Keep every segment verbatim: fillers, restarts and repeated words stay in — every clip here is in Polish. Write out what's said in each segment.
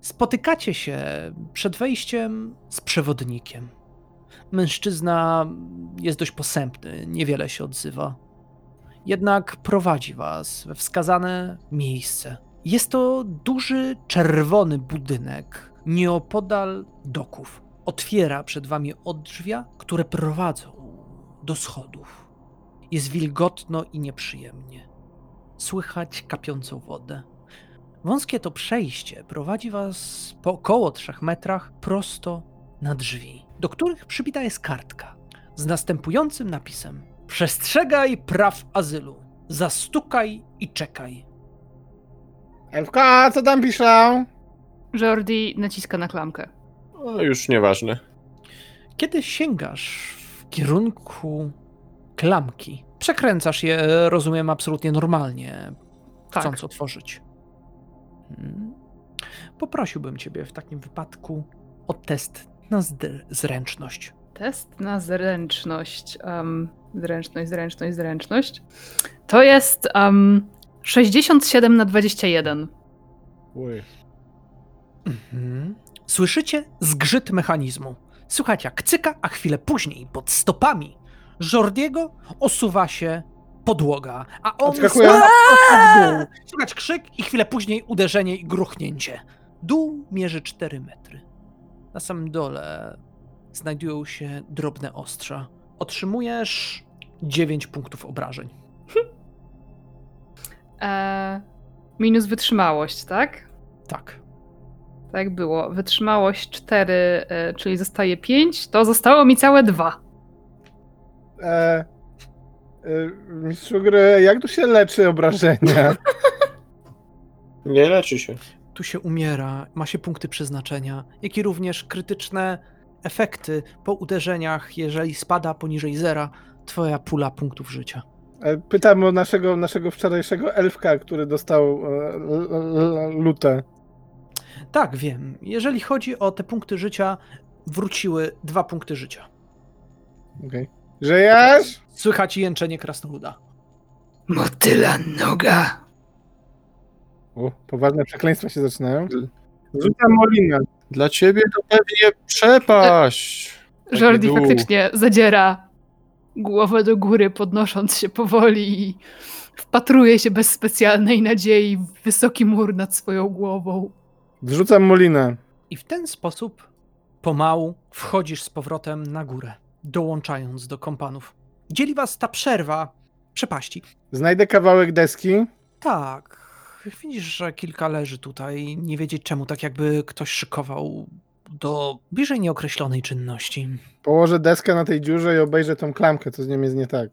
Spotykacie się przed wejściem z przewodnikiem. Mężczyzna jest dość posępny, niewiele się odzywa. Jednak prowadzi was we wskazane miejsce. Jest to duży, czerwony budynek nieopodal doków. Otwiera przed wami odrzwia, które prowadzą do schodów. Jest wilgotno i nieprzyjemnie. Słychać kapiącą wodę. Wąskie to przejście prowadzi was po około trzech metrach prosto na drzwi, do których przybita jest kartka z następującym napisem: przestrzegaj praw azylu, zastukaj i czekaj. Elfka, co tam piszą? Jordi naciska na klamkę. No już nieważne. Kiedy sięgasz w kierunku klamki, przekręcasz je, rozumiem, absolutnie normalnie, Tak. chcąc otworzyć. Hmm. Poprosiłbym ciebie w takim wypadku o test na zd- zręczność. Test na zręczność. Um, zręczność, zręczność, zręczność. To jest um, sześćdziesiąt siedem na dwadzieścia jeden. Uj. Mhm. Słyszycie zgrzyt mechanizmu. Słychać jak cyka, a chwilę później pod stopami Jordiego osuwa się podłoga, a on Odskakuje. spada prosto w dół. Słychać krzyk i chwilę później uderzenie i gruchnięcie. Dół mierzy cztery metry. Na samym dole znajdują się drobne ostrza. Otrzymujesz dziewięć punktów obrażeń. E, minus wytrzymałość, tak? Tak. Tak było. Wytrzymałość cztery, e, czyli zostaje pięć, to zostało mi całe dwa. E, e, mistrzu gry, jak tu się leczy obrażenia? Nie leczy się. Tu się umiera, ma się punkty przeznaczenia, jak i również krytyczne efekty po uderzeniach, jeżeli spada poniżej zera, twoja pula punktów życia. E, Pytam o naszego, naszego wczorajszego elfka, który dostał e, l- l- lutę. Tak, wiem. Jeżeli chodzi o te punkty życia, wróciły dwa punkty życia. Okay. Żyjesz? Słychać jęczenie krasnoluda. Motyla noga. U, poważne przekleństwa się zaczynają. Rzucam molinę. Dla ciebie to pewnie przepaść. Taki Jordi dół. faktycznie zadziera głowę do góry, podnosząc się powoli i wpatruje się bez specjalnej nadziei w wysoki mur nad swoją głową. Wrzucam molinę. I w ten sposób pomału wchodzisz z powrotem na górę, dołączając do kompanów. Dzieli was ta przerwa przepaści. Znajdę kawałek deski. Tak, widzisz, że kilka leży tutaj, nie wiedzieć czemu, tak jakby ktoś szykował do bliżej nieokreślonej czynności. Położę deskę na tej dziurze i obejrzę tą klamkę, co z nią jest nie tak.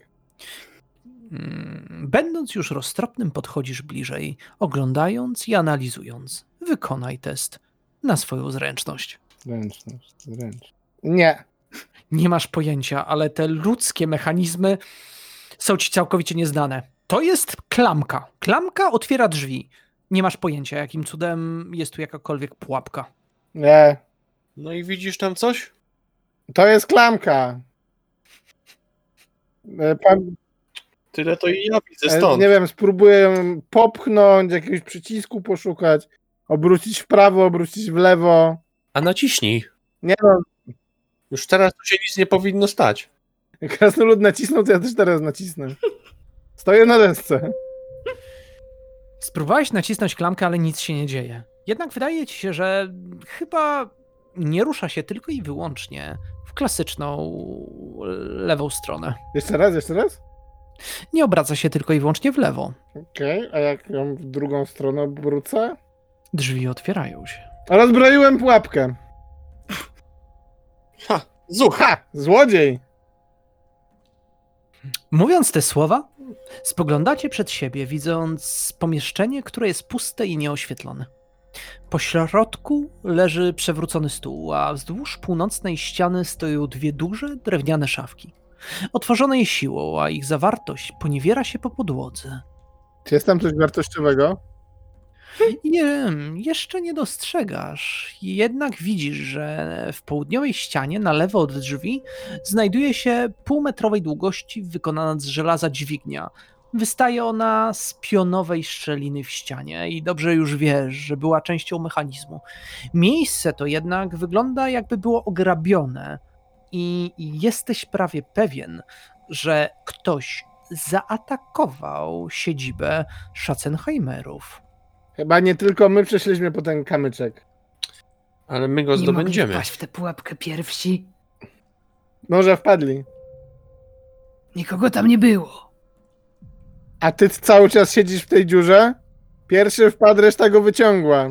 Mm, Będąc już roztropnym, podchodzisz bliżej, oglądając i analizując. Wykonaj test na swoją zręczność. Zręczność, zręczność. Nie. Nie masz pojęcia, ale te ludzkie mechanizmy są ci całkowicie nieznane. To jest klamka. Klamka otwiera drzwi. Nie masz pojęcia, jakim cudem jest tu jakakolwiek pułapka. Nie. No i widzisz tam coś? To jest klamka. E, Pan, Tyle to i ja widzę e, stąd. nie wiem, spróbuję ją popchnąć, jakiegoś przycisku poszukać, obrócić w prawo, obrócić w lewo. A naciśnij. Nie no, Już teraz tu się nic nie powinno stać. jak krasnolud nacisnął, to ja też teraz nacisnę. Stoję na desce. Spróbowałeś nacisnąć klamkę, ale nic się nie dzieje. Jednak wydaje ci się, że chyba nie rusza się tylko i wyłącznie w klasyczną lewą stronę. Jeszcze raz, jeszcze raz? Nie obraca się tylko i wyłącznie w lewo. Okej, okay. A jak ją w drugą stronę obrócę? Drzwi otwierają się. Rozbroiłem pułapkę. Ha, zuch. Ha! Złodziej! Mówiąc te słowa, spoglądacie przed siebie, widząc pomieszczenie, które jest puste i nieoświetlone. Po środku leży przewrócony stół, a wzdłuż północnej ściany stoją dwie duże drewniane szafki. Otworzone siłą, a ich zawartość poniewiera się po podłodze. Czy jest tam coś wartościowego? Nie wiem, jeszcze nie dostrzegasz. Jednak widzisz, że w południowej ścianie, na lewo od drzwi, znajduje się półmetrowej długości wykonana z żelaza dźwignia Wystaje ona z pionowej szczeliny w ścianie i dobrze już wiesz, że była częścią mechanizmu. Miejsce to jednak wygląda, jakby było ograbione i jesteś prawie pewien, że ktoś zaatakował siedzibę Schatzenheimerów. Chyba nie tylko my przeszliśmy po ten kamyczek. Ale my go Nie mogli zdobędziemy. wpaść w tę pułapkę pierwsi. Może wpadli. Nikogo tam nie było. A ty cały czas siedzisz w tej dziurze? Pierwszy wpadł, reszta go wyciągła.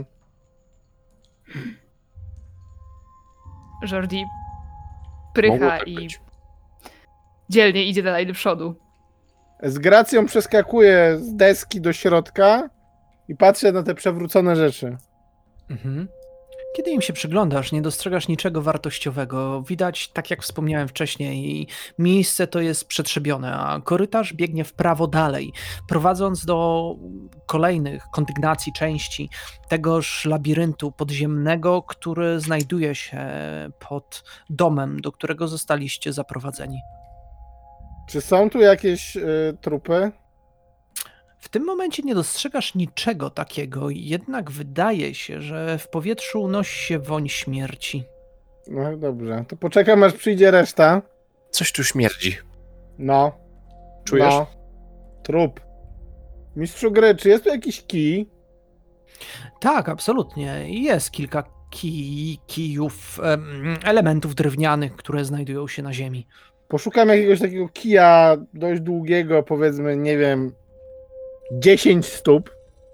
Jordi Mogło prycha tak i być. dzielnie idzie dalej do przodu. Z gracją przeskakuje z deski do środka i patrzę na te przewrócone rzeczy. Mhm. Kiedy im się przyglądasz, nie dostrzegasz niczego wartościowego. Widać, tak jak wspomniałem wcześniej, miejsce to jest przetrzebione, a korytarz biegnie w prawo dalej, prowadząc do kolejnych kondygnacji części tegoż labiryntu podziemnego, który znajduje się pod domem, do którego zostaliście zaprowadzeni. Czy są tu jakieś y, trupy? W tym momencie nie dostrzegasz niczego takiego, jednak wydaje się, że w powietrzu unosi się woń śmierci. No dobrze, to poczekam aż przyjdzie reszta. Coś tu śmierdzi. No. Czujesz? No. Trup. Mistrzu gry, czy jest tu jakiś kij? Tak, absolutnie. Jest kilka kij, kijów, em, elementów drewnianych, które znajdują się na ziemi. Poszukam jakiegoś takiego kija dość długiego, powiedzmy, nie wiem, dziesięć stóp.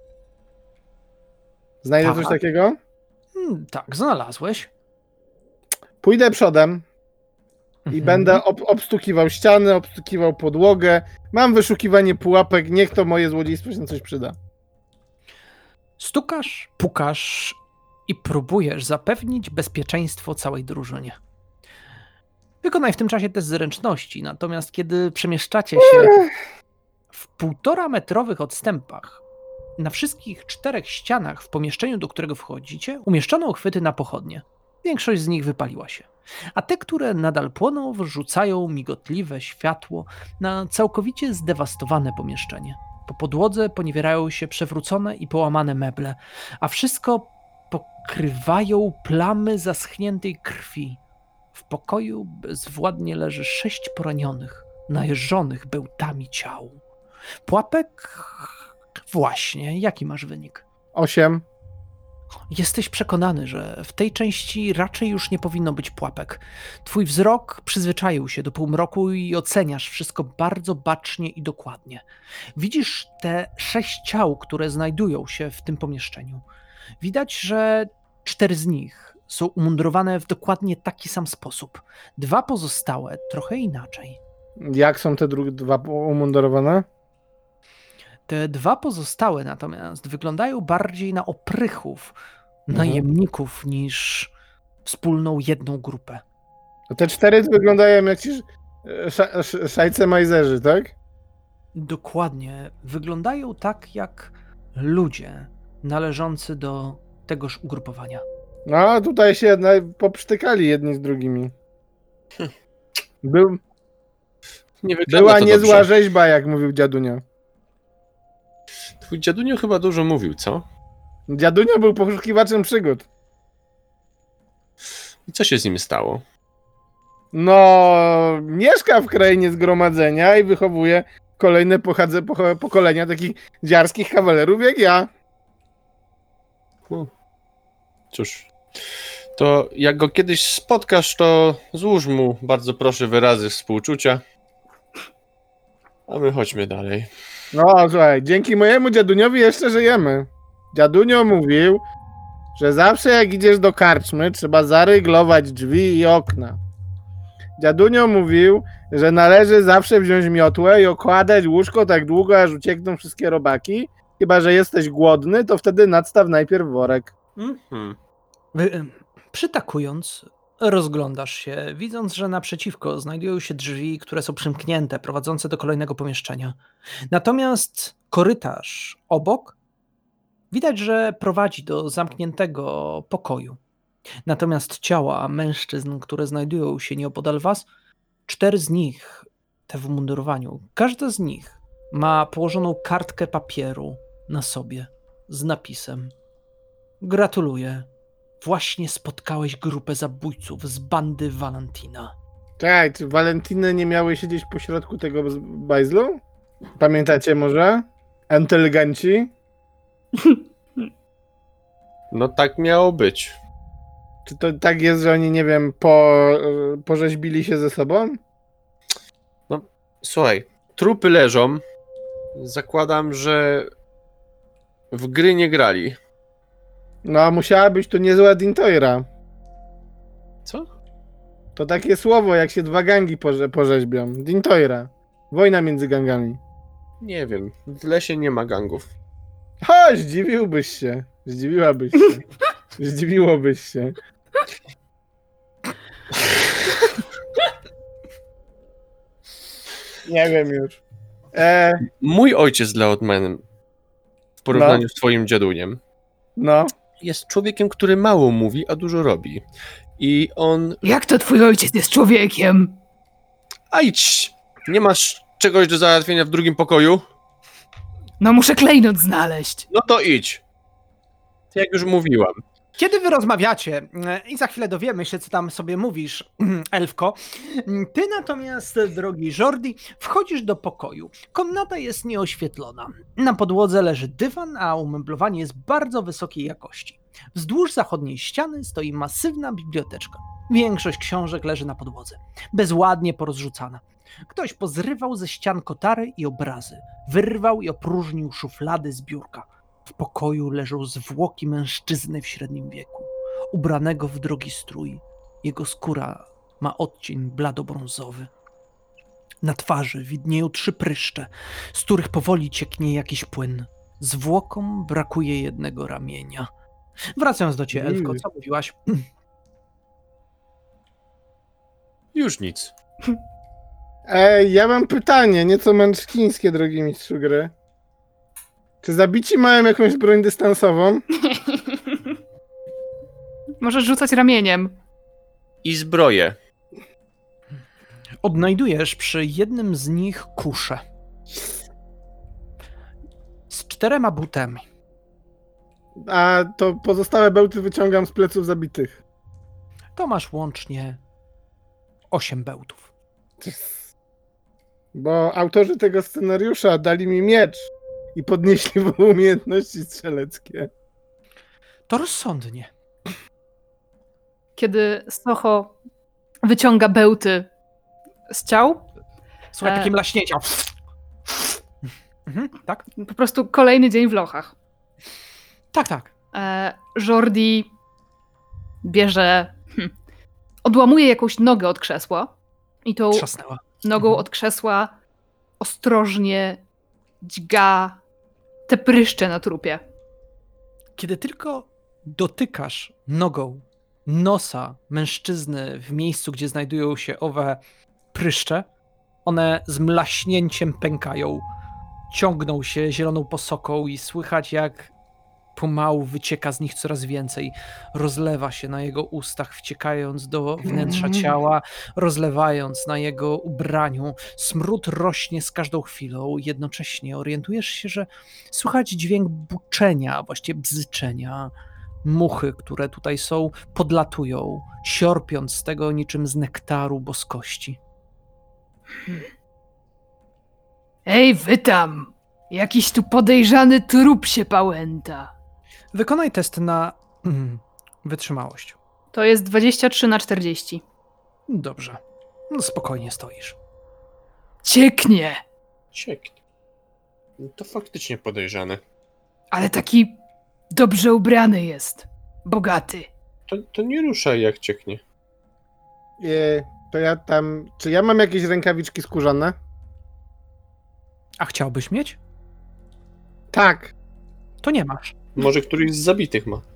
Znajdę Tak. coś takiego? Hmm, tak, znalazłeś. Pójdę przodem i Mhm. będę ob obstukiwał ściany, obstukiwał podłogę. Mam wyszukiwanie pułapek, niech to moje złodziejstwo się na coś przyda. Stukasz, pukasz i próbujesz zapewnić bezpieczeństwo całej drużynie. Wykonaj w tym czasie test zręczności, natomiast kiedy przemieszczacie się w półtora metrowych odstępach, na wszystkich czterech ścianach w pomieszczeniu, do którego wchodzicie, umieszczono chwyty na pochodnie. Większość z nich wypaliła się, a te, które nadal płoną, wrzucają migotliwe światło na całkowicie zdewastowane pomieszczenie. Po podłodze poniewierają się przewrócone i połamane meble, a wszystko pokrywają plamy zaschniętej krwi. W pokoju bezwładnie leży sześć poranionych, najeżonych bełtami ciał. Pułapek? Właśnie, jaki masz wynik? Osiem. Jesteś przekonany, że w tej części raczej już nie powinno być pułapek. Twój wzrok przyzwyczaił się do półmroku i oceniasz wszystko bardzo bacznie i dokładnie. Widzisz te sześć ciał, które znajdują się w tym pomieszczeniu. Widać, że cztery z nich są umundurowane w dokładnie taki sam sposób. Dwa pozostałe trochę inaczej. Jak są te drugie dwa umundurowane? Te dwa pozostałe natomiast wyglądają bardziej na oprychów, Mhm. najemników niż wspólną jedną grupę. No te cztery wyglądają jak ci sz sz szajcemajzerzy, tak? Dokładnie. Wyglądają tak jak ludzie należący do tegoż ugrupowania. No a tutaj się na, poprztykali jedni z drugimi. Był, Nie wygląda była to niezła dobrze. rzeźba, jak mówił dziadunio. Twój dziadunio chyba dużo mówił, co? Dziadunio był poszukiwaczem przygód. I co się z nim stało? No, mieszka w krainie zgromadzenia i wychowuje kolejne pochadze, pocho pokolenia takich dziarskich kawalerów jak ja. Cóż, to jak go kiedyś spotkasz, to złóż mu bardzo proszę wyrazy współczucia. A my chodźmy dalej. No, słuchaj, dzięki mojemu dziaduniowi jeszcze żyjemy. Dziadunio mówił, że zawsze jak idziesz do karczmy, trzeba zaryglować drzwi i okna. Dziadunio mówił, że należy zawsze wziąć miotłę i okładać łóżko tak długo, aż uciekną wszystkie robaki. Chyba że jesteś głodny, to wtedy nadstaw najpierw worek. Mhm. Wy- Przytakując, rozglądasz się, widząc, że naprzeciwko znajdują się drzwi, które są przymknięte, prowadzące do kolejnego pomieszczenia. Natomiast korytarz obok widać, że prowadzi do zamkniętego pokoju. Natomiast ciała mężczyzn, które znajdują się nieopodal was, cztery z nich, te w umundurowaniu, każda z nich Ma położoną kartkę papieru na sobie z napisem: gratuluję, właśnie spotkałeś grupę zabójców z bandy Valentina. Czekaj, czy Walentiny nie miały siedzieć po środku tego z- bajzlu? Pamiętacie może? Inteligenci? No tak miało być. Czy to tak jest, że oni, nie wiem, po, y, porzeźbili się ze sobą? Słuchaj, trupy leżą. Zakładam, że w gry nie grali. No, a musiała być to niezła Dintoira. Co? To takie słowo, jak się dwa gangi porze porzeźbią. Dintoira. Wojna między gangami. Nie wiem. W lesie nie ma gangów. O, zdziwiłbyś się. Zdziwiłabyś się. Zdziwiłobyś się. Nie wiem już. E, Mój ojciec z Leotmanem w porównaniu z twoim dziaduniem no. jest człowiekiem, który mało mówi, a dużo robi. I on... Jak to twój ojciec jest człowiekiem? A idź! Nie masz czegoś do załatwienia w drugim pokoju? No muszę klejnot znaleźć. No to idź. Jak już mówiłam. Kiedy wy rozmawiacie e, i za chwilę dowiemy się, co tam sobie mówisz, elfko, ty natomiast, drogi Jordi, wchodzisz do pokoju. Komnata jest nieoświetlona. Na podłodze leży dywan, a umeblowanie jest bardzo wysokiej jakości. Wzdłuż zachodniej ściany stoi masywna biblioteczka. Większość książek leży na podłodze, bezładnie porozrzucana. Ktoś pozrywał ze ścian kotary i obrazy, wyrwał i opróżnił szuflady z biurka. W pokoju leżą zwłoki mężczyzny w średnim wieku, ubranego w drogi strój. Jego skóra ma odcień bladobrązowy. Na twarzy widnieją trzy pryszcze, z których powoli cieknie jakiś płyn. Zwłokom brakuje jednego ramienia. Wracając do ciebie, Elfko, co mówiłaś? Już nic. E, ja mam pytanie, nieco mężczyńskie, drogi mistrzu gry. Czy zabici mają jakąś broń dystansową? Możesz rzucać ramieniem. I zbroję. Odnajdujesz przy jednym z nich kuszę. Z czterema butami. A to pozostałe bełty wyciągam z pleców zabitych. To masz łącznie osiem bełtów. Bo autorzy tego scenariusza dali mi miecz i podnieśli mu umiejętności strzeleckie. To rozsądnie. Kiedy Socho wyciąga bełty z ciał, Słuchaj, E. takie mlaśnięcia. Mhm, tak? po prostu kolejny dzień w lochach. Tak, tak. E, Jordi bierze, hm, odłamuje jakąś nogę od krzesła i tą Trzasnęła. nogą Mhm. od krzesła ostrożnie dźga te pryszcze na trupie. Kiedy tylko dotykasz nogą nosa mężczyzny w miejscu, gdzie znajdują się owe pryszcze, one z mlaśnięciem pękają, ciągną się zieloną posoką i słychać, jak pomału wycieka z nich coraz więcej. Rozlewa się na jego ustach, wciekając do wnętrza ciała, rozlewając na jego ubraniu. Smród rośnie z każdą chwilą. Jednocześnie orientujesz się, że słychać dźwięk buczenia, właściwie bzyczenia. Muchy, które tutaj są, podlatują, siorpiąc z tego niczym z nektaru boskości. Ej, wy tam! Jakiś tu podejrzany trup się pałęta. Wykonaj test na mm, wytrzymałość. To jest dwadzieścia trzy na czterdzieści. Dobrze. No, spokojnie stoisz. Cieknie! Cieknie. No to faktycznie podejrzane. Ale taki dobrze ubrany jest. Bogaty. To, to nie ruszaj jak cieknie. E, to ja tam... Czy ja mam jakieś rękawiczki skórzane? A chciałbyś mieć? Tak. To nie masz. Może któryś z zabitych ma.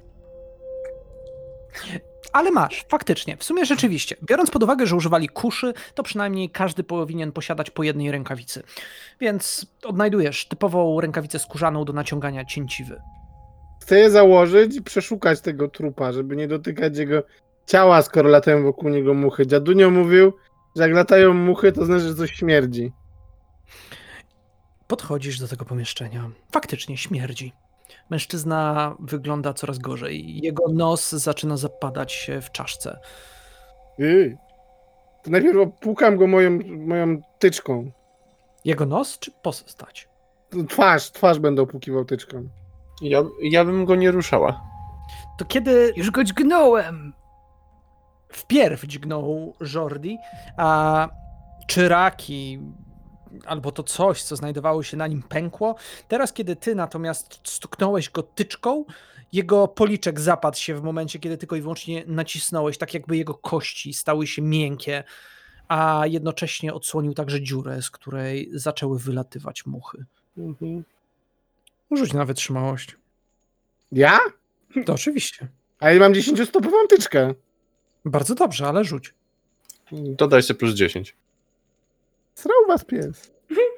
Ale masz, faktycznie. W sumie rzeczywiście. Biorąc pod uwagę, że używali kuszy, to przynajmniej każdy powinien posiadać po jednej rękawicy. Więc odnajdujesz typową rękawicę skórzaną do naciągania cięciwy. Chcę je założyć i przeszukać tego trupa, żeby nie dotykać jego ciała, skoro latają wokół niego muchy. Dziadunio mówił, że jak latają muchy, to znaczy, że coś śmierdzi. Podchodzisz do tego pomieszczenia. Faktycznie śmierdzi. Mężczyzna wygląda coraz gorzej. Jego nos zaczyna zapadać się w czaszce. Yy. To najpierw opłukam go moją, moją tyczką. Jego nos czy postać? Twarz, twarz będę opłukiwał tyczką. Ja, ja bym go nie ruszała. To kiedy Już go dźgnąłem. wpierw dźgnął Jordi, a czyraki albo to coś, co znajdowało się na nim, pękło. Teraz, kiedy ty natomiast stuknąłeś go tyczką, jego policzek zapadł się w momencie, kiedy tylko i wyłącznie nacisnąłeś, tak jakby jego kości stały się miękkie, a jednocześnie odsłonił także dziurę, z której zaczęły wylatywać muchy. Mhm. Rzuć na wytrzymałość. Ja? To oczywiście. A ja mam dziesięciostopową tyczkę. Bardzo dobrze, ale rzuć. Dodaj sobie plus dziesięć. Srał was pies.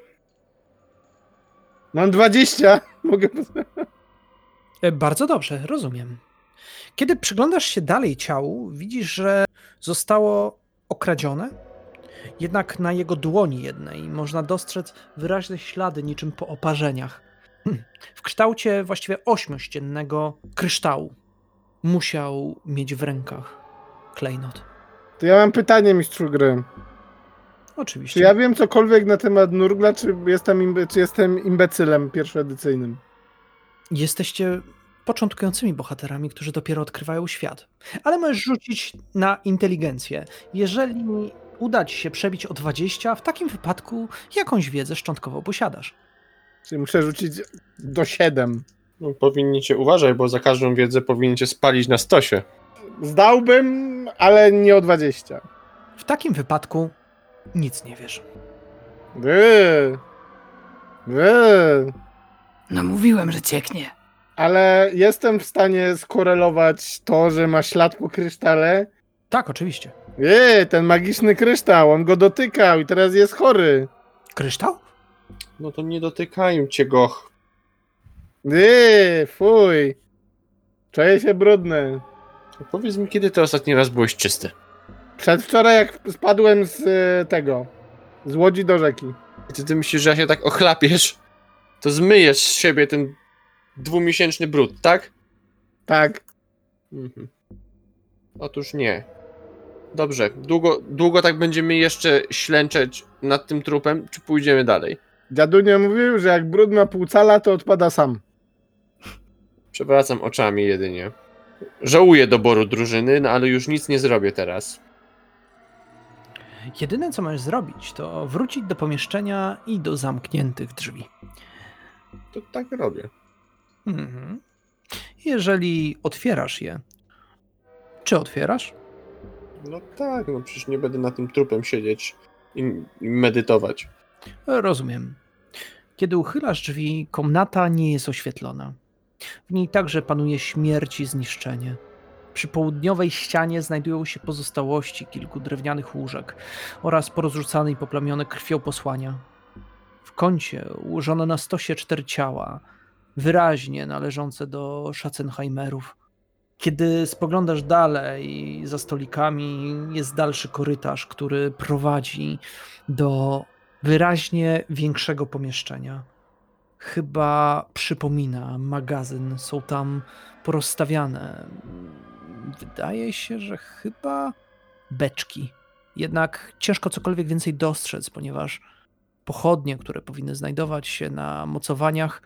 Mam dwadzieścia. Mogę... E, Bardzo dobrze, rozumiem. Kiedy przyglądasz się dalej ciału, widzisz, że zostało okradzione, jednak na jego dłoni jednej można dostrzec wyraźne ślady niczym po oparzeniach. Hm. W kształcie właściwie ośmiościennego kryształu. Musiał mieć w rękach klejnot. To ja mam pytanie, mistrzu gry. Oczywiście. Czy ja wiem cokolwiek na temat Nurgla, czy jestem, imbe- czy jestem imbecylem pierwszoedycyjnym? Jesteście początkującymi bohaterami, którzy dopiero odkrywają świat. Ale możesz rzucić na inteligencję. Jeżeli uda ci się przebić o dwadzieścia, w takim wypadku jakąś wiedzę szczątkową posiadasz. Czyli muszę rzucić do siedem. No, powinniście uważać, bo za każdą wiedzę powinniście spalić na stosie. Zdałbym, ale nie o dwadzieścia. W takim wypadku nic nie wiesz. Yy. Yy. No mówiłem, że cieknie. Ale jestem w stanie skorelować to, że ma ślad po krysztale. Tak, oczywiście. Yy, ten magiczny kryształ, on go dotykał i teraz jest chory. Kryształ? No to nie dotykają cię go. Yy, fuj. Czuję się brudny. Powiedz mi, kiedy ty ostatni raz byłeś czysty? Przedwczoraj jak spadłem z y, tego, z łodzi do rzeki. Ty, ty myślisz, że jak się tak ochlapiesz, to zmyjesz z siebie ten dwumiesięczny brud, tak? Tak. Mhm. Otóż nie. Dobrze, długo, długo tak będziemy jeszcze ślęczeć nad tym trupem, czy pójdziemy dalej? Dziadunio mówił, że jak brud ma pół cala, to odpada sam. Przewracam oczami jedynie. Żałuję doboru drużyny, no ale już nic nie zrobię teraz. Jedyne, co możesz zrobić, to wrócić do pomieszczenia i do zamkniętych drzwi. To tak robię. Mhm. Jeżeli otwierasz je, czy otwierasz? No tak, no przecież nie będę na tym trupem siedzieć i, i medytować. Rozumiem. Kiedy uchylasz drzwi, komnata nie jest oświetlona. W niej także panuje śmierć i zniszczenie. Przy południowej ścianie znajdują się pozostałości kilku drewnianych łóżek oraz porozrzucane i poplamione krwią posłania. W kącie ułożono na stosie cztery ciała, wyraźnie należące do Schatzenheimerów. Kiedy spoglądasz dalej, za stolikami jest dalszy korytarz, który prowadzi do wyraźnie większego pomieszczenia. Chyba przypomina magazyn, są tam porozstawiane. Wydaje się, że chyba beczki. Jednak ciężko cokolwiek więcej dostrzec, ponieważ pochodnie, które powinny znajdować się na mocowaniach,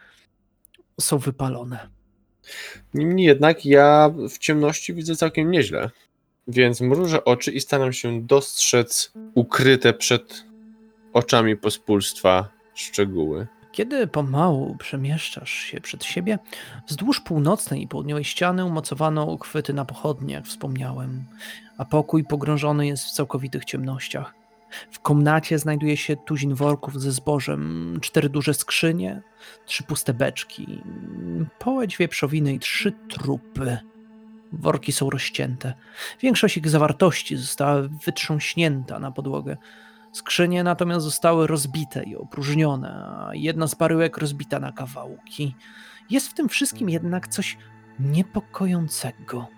są wypalone. Niemniej jednak ja w ciemności widzę całkiem nieźle. Więc mrużę oczy i staram się dostrzec ukryte przed oczami pospólstwa szczegóły. Kiedy pomału przemieszczasz się przed siebie, wzdłuż północnej i południowej ściany umocowano uchwyty na pochodnie, jak wspomniałem, a pokój pogrążony jest w całkowitych ciemnościach. W komnacie znajduje się tuzin worków ze zbożem, cztery duże skrzynie, trzy puste beczki, połeć wieprzowiny i trzy trupy. Worki są rozcięte. Większość ich zawartości została wytrząśnięta na podłogę. Skrzynie natomiast zostały rozbite i opróżnione, a jedna z baryłek rozbita na kawałki. Jest w tym wszystkim jednak coś niepokojącego.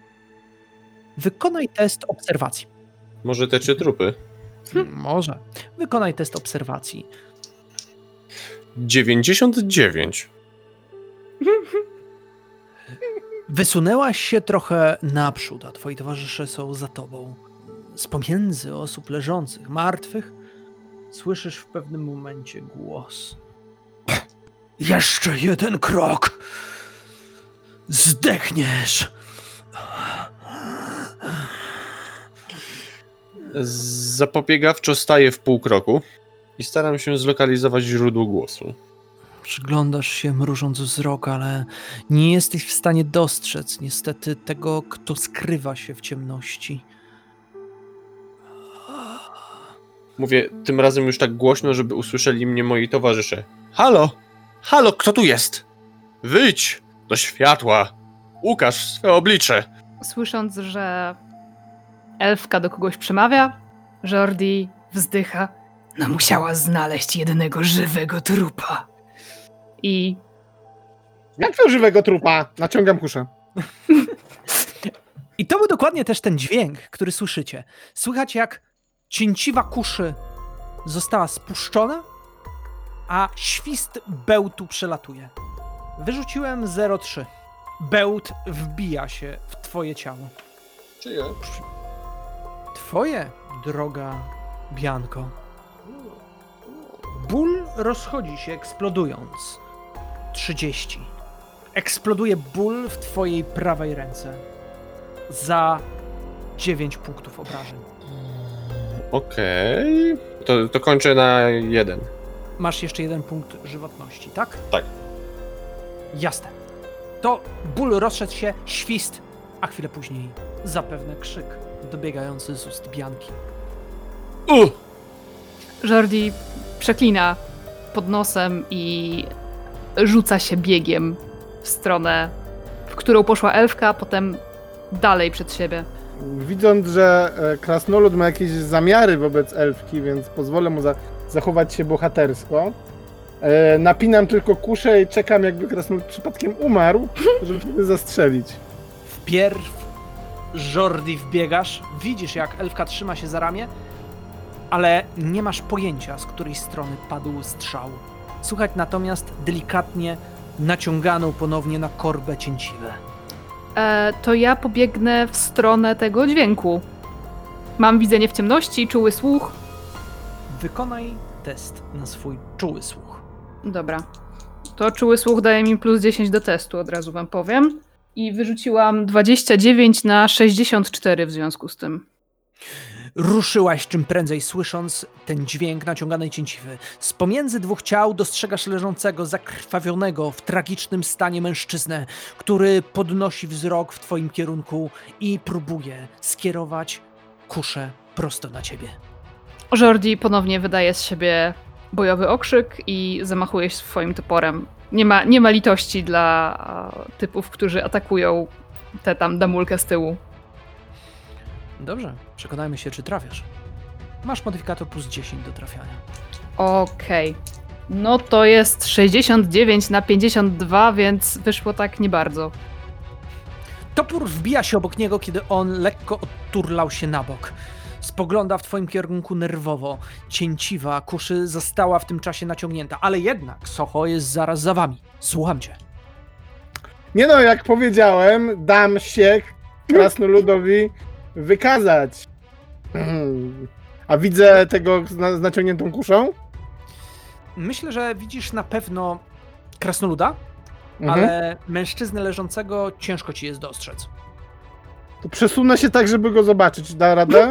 Wykonaj test obserwacji. Może te trzy trupy? Hmm, może. Wykonaj test obserwacji. dziewięćdziesiąt dziewięć. Wysunęłaś się trochę naprzód, a twoi towarzysze są za tobą. Z pomiędzy osób leżących, martwych, słyszysz w pewnym momencie głos. Jeszcze jeden krok! Zdechniesz! Zapobiegawczo staję w pół kroku i staram się zlokalizować źródło głosu. Przyglądasz się, mrużąc wzrok, ale nie jesteś w stanie dostrzec niestety tego, kto skrywa się w ciemności. Mówię tym razem już tak głośno, żeby usłyszeli mnie moi towarzysze. Halo! Halo, kto tu jest? Wyjdź do światła! Ukaż swe oblicze! Słysząc, że elfka do kogoś przemawia, Jordi wzdycha. No musiała znaleźć jednego żywego trupa. I Jak to żywego trupa? Naciągam kuszę. I to był dokładnie też ten dźwięk, który słyszycie. Słychać, jak cięciwa kuszy została spuszczona, a świst bełtu przelatuje. Wyrzuciłem zero trzy. Bełt wbija się w twoje ciało. Czyje? Twoje, droga Bianko. Ból rozchodzi się, eksplodując. trzydzieści. Eksploduje ból w twojej prawej ręce. Za dziewięć punktów obrażeń. Okej. To, to kończę na jeden. Masz jeszcze jeden punkt żywotności, tak? Tak. Jasne. To ból rozszedł się, świst, a chwilę później zapewne krzyk dobiegający z ust Bianki. Uh! Jordi przeklina pod nosem i rzuca się biegiem w stronę, w którą poszła elfka, a potem dalej przed siebie. Widząc, że e, krasnolud ma jakieś zamiary wobec elfki, więc pozwolę mu za zachować się bohatersko. E, napinam tylko kuszę i czekam, jakby krasnolud przypadkiem umarł, żeby wtedy zastrzelić. Wpierw Jordi wbiegasz, widzisz, jak elfka trzyma się za ramię, ale nie masz pojęcia, z której strony padł strzał. Słuchać natomiast delikatnie naciąganą ponownie na korbę cięciwę. E, to ja pobiegnę w stronę tego dźwięku. Mam widzenie w ciemności, czuły słuch. Wykonaj test na swój czuły słuch. Dobra. To czuły słuch daje mi plus dziesięć do testu, od razu wam powiem. I wyrzuciłam dwadzieścia dziewięć na sześćdziesiąt cztery w związku z tym. Ruszyłaś czym prędzej, słysząc ten dźwięk naciąganej cięciwy. Z pomiędzy dwóch ciał dostrzegasz leżącego, zakrwawionego, w tragicznym stanie mężczyznę, który podnosi wzrok w twoim kierunku i próbuje skierować kuszę prosto na ciebie. Jordi ponownie wydaje z siebie bojowy okrzyk i zamachuje się swoim toporem. Nie ma, nie ma litości dla a, typów, którzy atakują tę tam damulkę z tyłu. Dobrze, przekonajmy się, czy trafiasz. Masz modyfikator plus dziesięć do trafiania. Okej. No to jest sześćdziesiąt dziewięć na pięćdziesiąt dwa, więc wyszło tak nie bardzo. Topór wbija się obok niego, kiedy on lekko odturlał się na bok. Spogląda w twoim kierunku nerwowo. Cięciwa kuszy została w tym czasie naciągnięta, ale jednak Soho jest zaraz za wami. Słucham cię. Nie no, jak powiedziałem, dam się krasnoludowi wykazać. A widzę tego z, na, z naciągniętą kuszą? Myślę, że widzisz na pewno krasnoluda, Mhm. ale mężczyznę leżącego ciężko ci jest dostrzec. To przesunę się tak, żeby go zobaczyć. Da radę?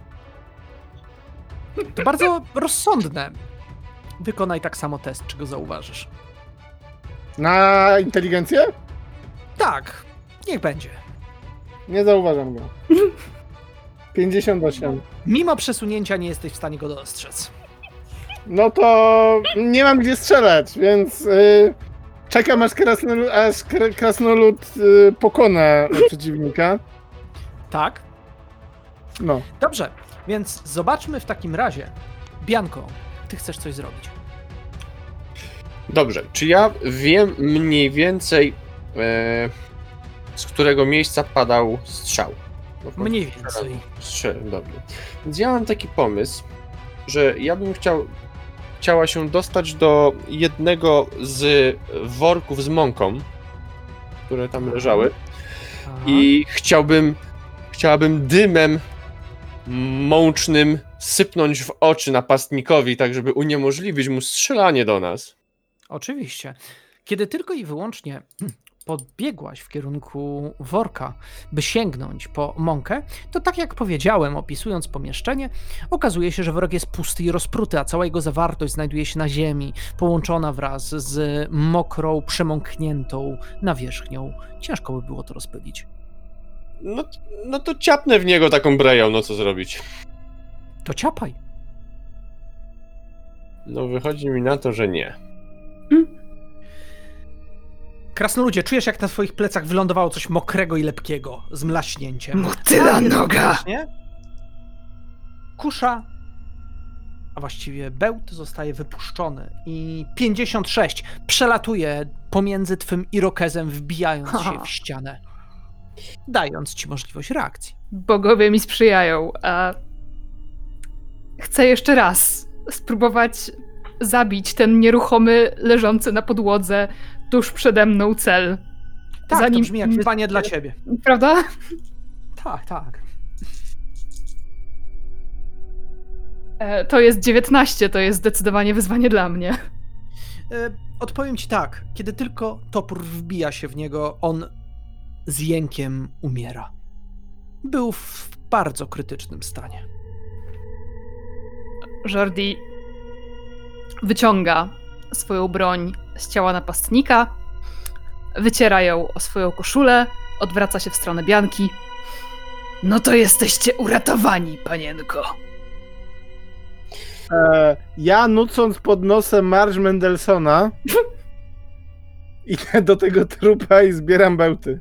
To bardzo rozsądne. Wykonaj tak samo test, czy go zauważysz. Na inteligencję? Tak, niech będzie. Nie zauważam go. pięćdziesiąt osiem. Mimo przesunięcia nie jesteś w stanie go dostrzec. No to nie mam gdzie strzelać, więc yy, czekam aż krasnolud, aż kr- krasnolud yy, pokona przeciwnika. Tak? No. Dobrze, więc zobaczmy w takim razie. Bianko, ty chcesz coś zrobić. Dobrze, czy ja wiem mniej więcej, e, z którego miejsca padał strzał? No, Mniej więcej. Strzel, dobrze. Więc ja mam taki pomysł, że ja bym chciał chciała się dostać do jednego z worków z mąką, które tam leżały. Aha. I chciałbym, chciałabym dymem mącznym sypnąć w oczy napastnikowi, tak żeby uniemożliwić mu strzelanie do nas. Oczywiście. Kiedy tylko i wyłącznie podbiegłaś w kierunku worka, by sięgnąć po mąkę, to tak jak powiedziałem, opisując pomieszczenie, okazuje się, że worek jest pusty i rozpruty, a cała jego zawartość znajduje się na ziemi, połączona wraz z mokrą, przemąkniętą nawierzchnią. Ciężko by było to rozpylić. No, no to ciapnę w niego taką breją, no co zrobić? To ciapaj. No wychodzi mi na to, że nie. Krasnoludzie, czujesz, jak na twoich plecach wylądowało coś mokrego i lepkiego, z mlaśnięciem. Motyla noga! Nie? Kusza, a właściwie bełt zostaje wypuszczony i pięćdziesiąt sześć przelatuje pomiędzy twym irokezem, wbijając się w ścianę, dając ci możliwość reakcji. Bogowie mi sprzyjają, a chcę jeszcze raz spróbować zabić ten nieruchomy, leżący na podłodze tuż przede mną cel. Tak, Zanim- to brzmi jak wyzwanie dla ciebie. Prawda? Tak, tak. E, to jest dziewiętnaście, to jest zdecydowanie wyzwanie dla mnie. E, Odpowiem ci tak, kiedy tylko topór wbija się w niego, on z jękiem umiera. Był w bardzo krytycznym stanie. Jordi wyciąga swoją broń z ciała napastnika, wyciera ją o swoją koszulę, odwraca się w stronę Bianki. No to jesteście uratowani, panienko. E, ja nucąc pod nosem marsz Mendelssohna idę do tego trupa i zbieram bełty.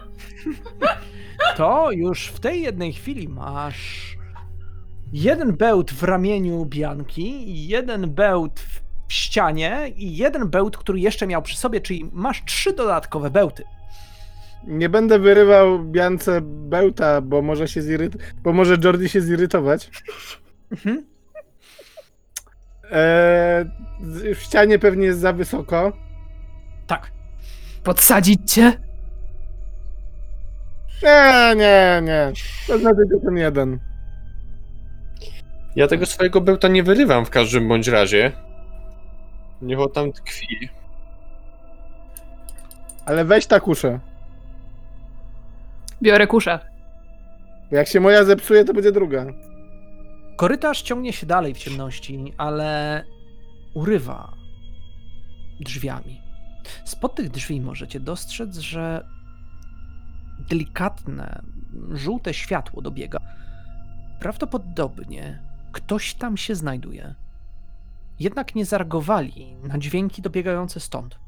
To już w tej jednej chwili masz jeden bełt w ramieniu Bianki, jeden bełt w ścianie i jeden bełt, który jeszcze miał przy sobie, czyli masz trzy dodatkowe bełty. Nie będę wyrywał Biance bełta, bo może się ziryt... bo może Jordi się zirytować. Mhm. E, w ścianie pewnie jest za wysoko. Tak. Podsadzić cię? Nie, nie, nie. To znaczy tylko ten jeden. Ja tego swojego bełta nie wyrywam w każdym bądź razie. Niech on tam tkwi. Ale weź ta kuszę. Biorę kuszę. Bo jak się moja zepsuje, to będzie druga. Korytarz ciągnie się dalej w ciemności, ale urywa drzwiami. Spod tych drzwi możecie dostrzec, że delikatne, żółte światło dobiega. Prawdopodobnie ktoś tam się znajduje. Jednak nie zareagowali na dźwięki dobiegające stąd,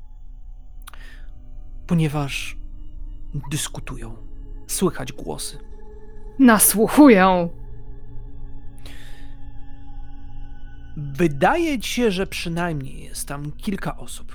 ponieważ dyskutują. Słychać głosy. Nasłuchują. Wydaje ci się, że przynajmniej jest tam kilka osób.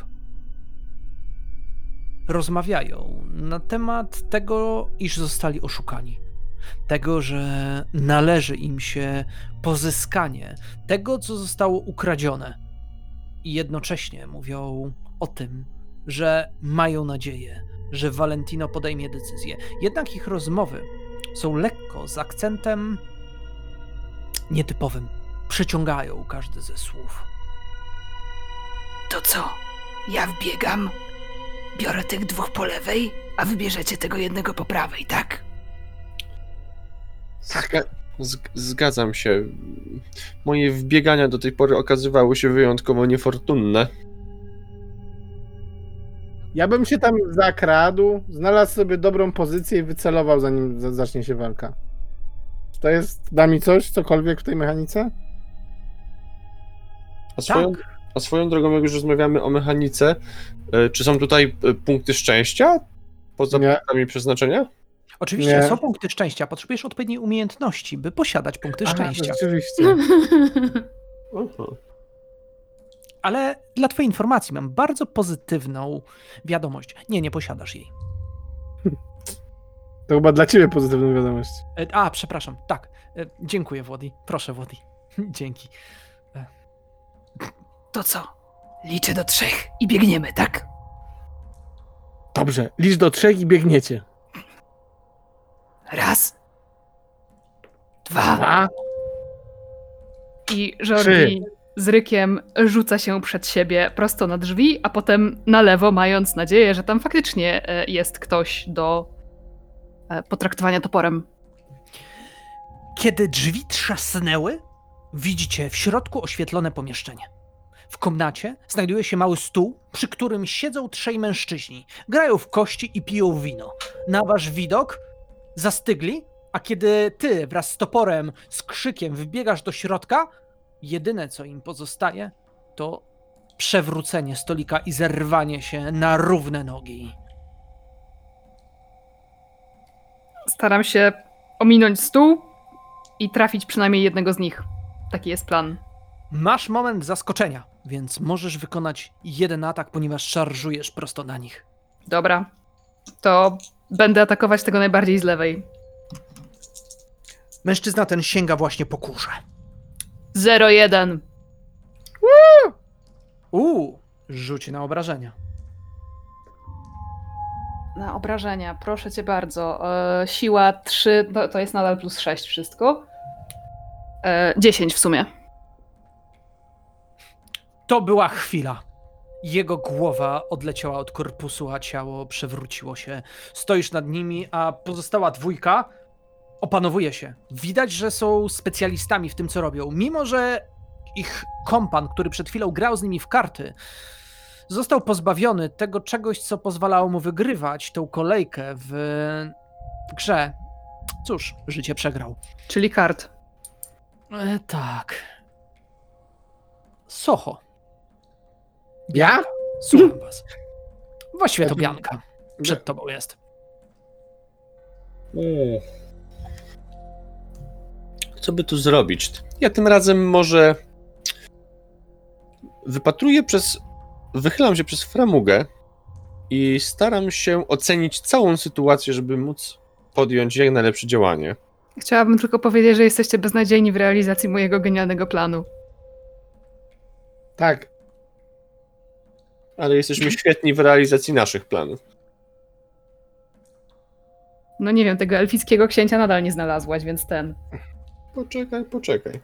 Rozmawiają na temat tego, iż zostali oszukani. Tego, że należy im się pozyskanie tego, co zostało ukradzione. I jednocześnie mówią o tym, że mają nadzieję, że Valentino podejmie decyzję. Jednak ich rozmowy są lekko z akcentem nietypowym. Przyciągają każdy ze słów. To co? Ja wbiegam, biorę tych dwóch po lewej, a wybierzecie tego jednego po prawej, tak? Zga- z- zgadzam się. Moje wbiegania do tej pory okazywały się wyjątkowo niefortunne. Ja bym się tam zakradł, znalazł sobie dobrą pozycję i wycelował, zanim za- zacznie się walka. To jest, da mi coś, cokolwiek w tej mechanice? A swoją, a swoją drogą, jak już rozmawiamy o mechanice, e, czy są tutaj e, punkty szczęścia? Poza Nie. punktami przeznaczenia? Oczywiście Nie. są punkty szczęścia. Potrzebujesz odpowiedniej umiejętności, by posiadać punkty Aha, szczęścia. rzeczywiście. Aha. Ale dla twojej informacji mam bardzo pozytywną wiadomość. Nie, nie posiadasz jej. To chyba dla ciebie pozytywna wiadomość. E, A, przepraszam. Tak. E, Dziękuję, Włodi. Proszę, Włodi. Dzięki. E, To co? Liczę do trzech i biegniemy, tak? Dobrze, licz do trzech i biegniecie. Raz. Dwa. Dwa. I Jordi z rykiem rzuca się przed siebie prosto na drzwi, a potem na lewo, mając nadzieję, że tam faktycznie e, jest ktoś do e, potraktowania toporem. Kiedy drzwi trzasnęły, widzicie w środku oświetlone pomieszczenie. W komnacie znajduje się mały stół, przy którym siedzą trzej mężczyźni. Grają w kości i piją wino. Na wasz widok zastygli, a kiedy ty wraz z toporem, z krzykiem wbiegasz do środka, jedyne co im pozostaje to przewrócenie stolika i zerwanie się na równe nogi. Staram się ominąć stół i trafić przynajmniej jednego z nich. Taki jest plan. Masz moment zaskoczenia, więc możesz wykonać jeden atak, ponieważ szarżujesz prosto na nich. Dobra. To będę atakować tego najbardziej z lewej. Mężczyzna ten sięga właśnie po kurze. zero jeden. Uuu, rzuć na obrażenia. Na obrażenia, proszę cię bardzo. E, siła trzy, to, to jest nadal plus sześć wszystko. E, dziesięć w sumie. To była chwila. Jego głowa odleciała od korpusu, a ciało przewróciło się. Stoisz nad nimi, a pozostała dwójka opanowuje się. Widać, że są specjalistami w tym, co robią. Mimo że ich kompan, który przed chwilą grał z nimi w karty, został pozbawiony tego czegoś, co pozwalało mu wygrywać tą kolejkę w grze. Cóż, życie przegrał. Czyli kart. E, tak. Soho. Ja? Słucham was. Właściwie to Bianka. Przed tobą jest. Mm. Co by tu zrobić? Ja tym razem może wypatruję przez... Wychylam się przez framugę i staram się ocenić całą sytuację, żeby móc podjąć jak najlepsze działanie. Chciałabym tylko powiedzieć, że jesteście beznadziejni w realizacji mojego genialnego planu. Tak. Ale jesteśmy świetni w realizacji naszych planów. No nie wiem, tego elfickiego księcia nadal nie znalazłaś, więc ten. Poczekaj, poczekaj.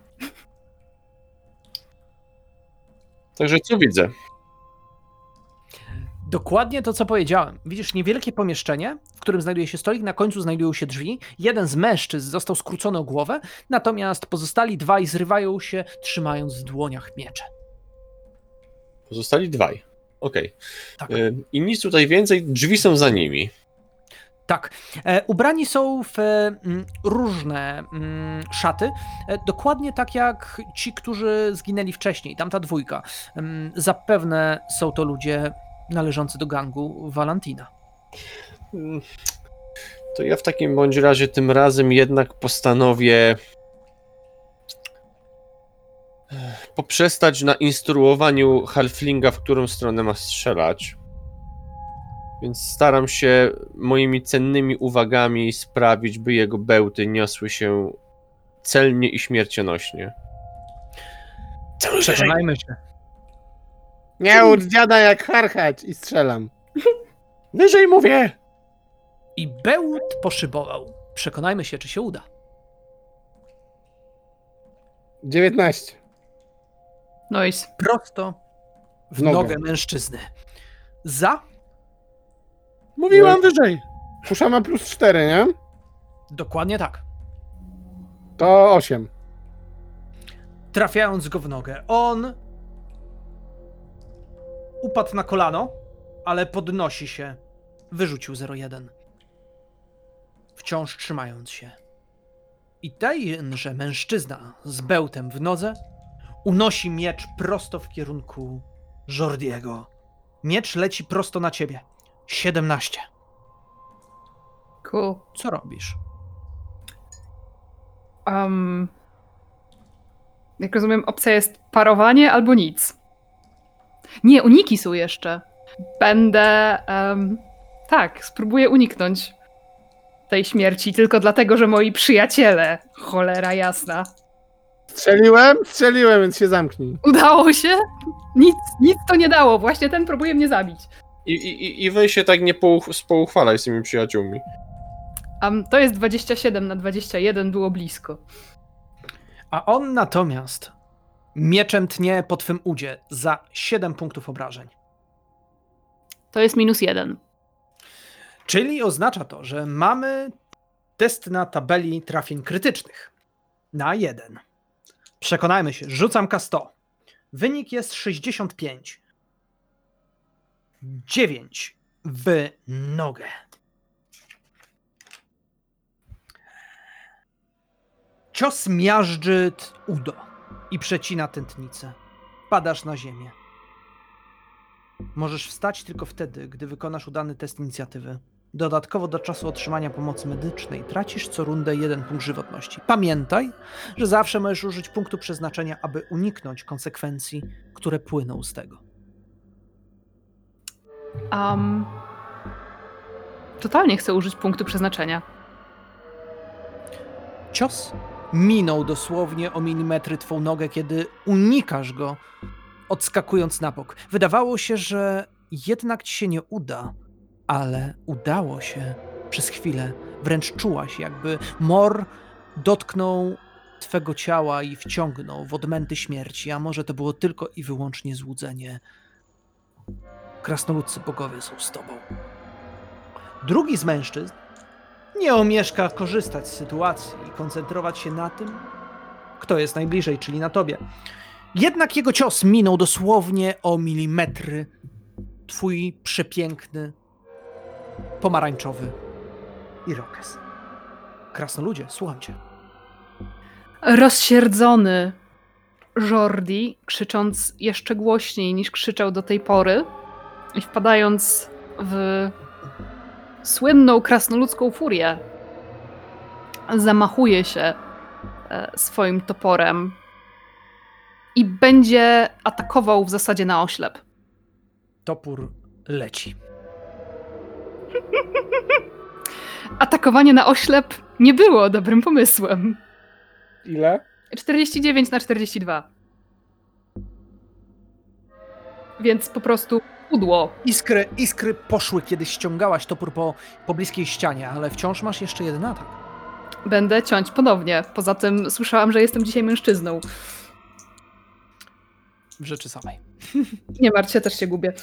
Także co widzę? Dokładnie to, co powiedziałem. Widzisz niewielkie pomieszczenie, w którym znajduje się stolik, na końcu znajdują się drzwi. Jeden z mężczyzn został skrócony o głowę, natomiast pozostali dwaj zrywają się, trzymając w dłoniach miecze. Pozostali dwaj. Okej. Tak. Y, I nic tutaj więcej, drzwi są za nimi. Tak. E, ubrani są w e, m, różne m, szaty, e, dokładnie tak jak ci, którzy zginęli wcześniej, tamta dwójka. M, zapewne są to ludzie należący do gangu Valentina. Mm, To ja w takim bądź razie tym razem jednak postanowię poprzestać na instruowaniu halflinga, w którą stronę ma strzelać. Więc staram się moimi cennymi uwagami sprawić, by jego bełty niosły się celnie i śmiercionośnie. Przekonajmy się. Nie ucz dziada jak harchać i strzelam. Wyżej mówię! I bełt poszybował. Przekonajmy się, czy się uda. dziewiętnaście. Noise. Prosto w W nogę. nogę mężczyzny. Za? Mówiłam wyżej! Kusza ma plus cztery, nie? Dokładnie tak. To osiem. Trafiając go w nogę. On upadł na kolano, ale podnosi się. Wyrzucił zero jeden. Wciąż trzymając się. I tenże mężczyzna z bełtem w nodze unosi miecz prosto w kierunku Jordiego. Miecz leci prosto na ciebie. siedemnaście. Cool. Co robisz? Um, jak rozumiem, opcja jest parowanie albo nic. Nie, uniki są jeszcze. Będę... Um, tak, spróbuję uniknąć tej śmierci tylko dlatego, że moi przyjaciele, cholera jasna, Strzeliłem, strzeliłem, więc się zamknij. Udało się? Nic, nic to nie dało. Właśnie ten próbuje mnie zabić. I, i, i weź się tak nie pouch- spouchwalaj z tymi przyjaciółmi. Um, to jest dwadzieścia siedem na dwadzieścia jeden, było blisko. A on natomiast mieczem tnie po twym udzie za siedem punktów obrażeń. To jest minus jeden. Czyli oznacza to, że mamy test na tabeli trafień krytycznych. Na jeden. Przekonajmy się, rzucam K sto. Wynik jest sześćdziesiąt pięć. dziewięć w nogę. Cios miażdży t- udo i przecina tętnicę. Padasz na ziemię. Możesz wstać tylko wtedy, gdy wykonasz udany test inicjatywy. Dodatkowo do czasu otrzymania pomocy medycznej tracisz co rundę jeden punkt żywotności. Pamiętaj, że zawsze możesz użyć punktu przeznaczenia, aby uniknąć konsekwencji, które płyną z tego. Um, totalnie chcę użyć punktu przeznaczenia. Cios minął dosłownie o milimetry twą nogę, kiedy unikasz go, odskakując na bok. Wydawało się, że jednak ci się nie uda, ale udało się przez chwilę. Wręcz czułaś, jakby mor dotknął twego ciała i wciągnął w odmęty śmierci, a może to było tylko i wyłącznie złudzenie. Krasnoludcy bogowie są z tobą. Drugi z mężczyzn nie omieszka korzystać z sytuacji i koncentrować się na tym, kto jest najbliżej, czyli na tobie. Jednak jego cios minął dosłownie o milimetry twój przepiękny, pomarańczowy irokez. Krasnoludzie, słucham cię. Rozsierdzony Jordi, krzycząc jeszcze głośniej niż krzyczał do tej pory i wpadając w słynną krasnoludzką furię, zamachuje się swoim toporem i będzie atakował w zasadzie na oślep. Topór leci. Atakowanie na oślep nie było dobrym pomysłem. Ile? czterdzieści dziewięć na czterdzieści dwa. Więc po prostu pudło. Iskry, iskry poszły, kiedy ściągałaś topór po, po bliskiej ścianie, ale wciąż masz jeszcze jeden atak. Będę ciąć ponownie. Poza tym słyszałam, że jestem dzisiaj mężczyzną. W rzeczy samej. Nie martw się, też się gubię.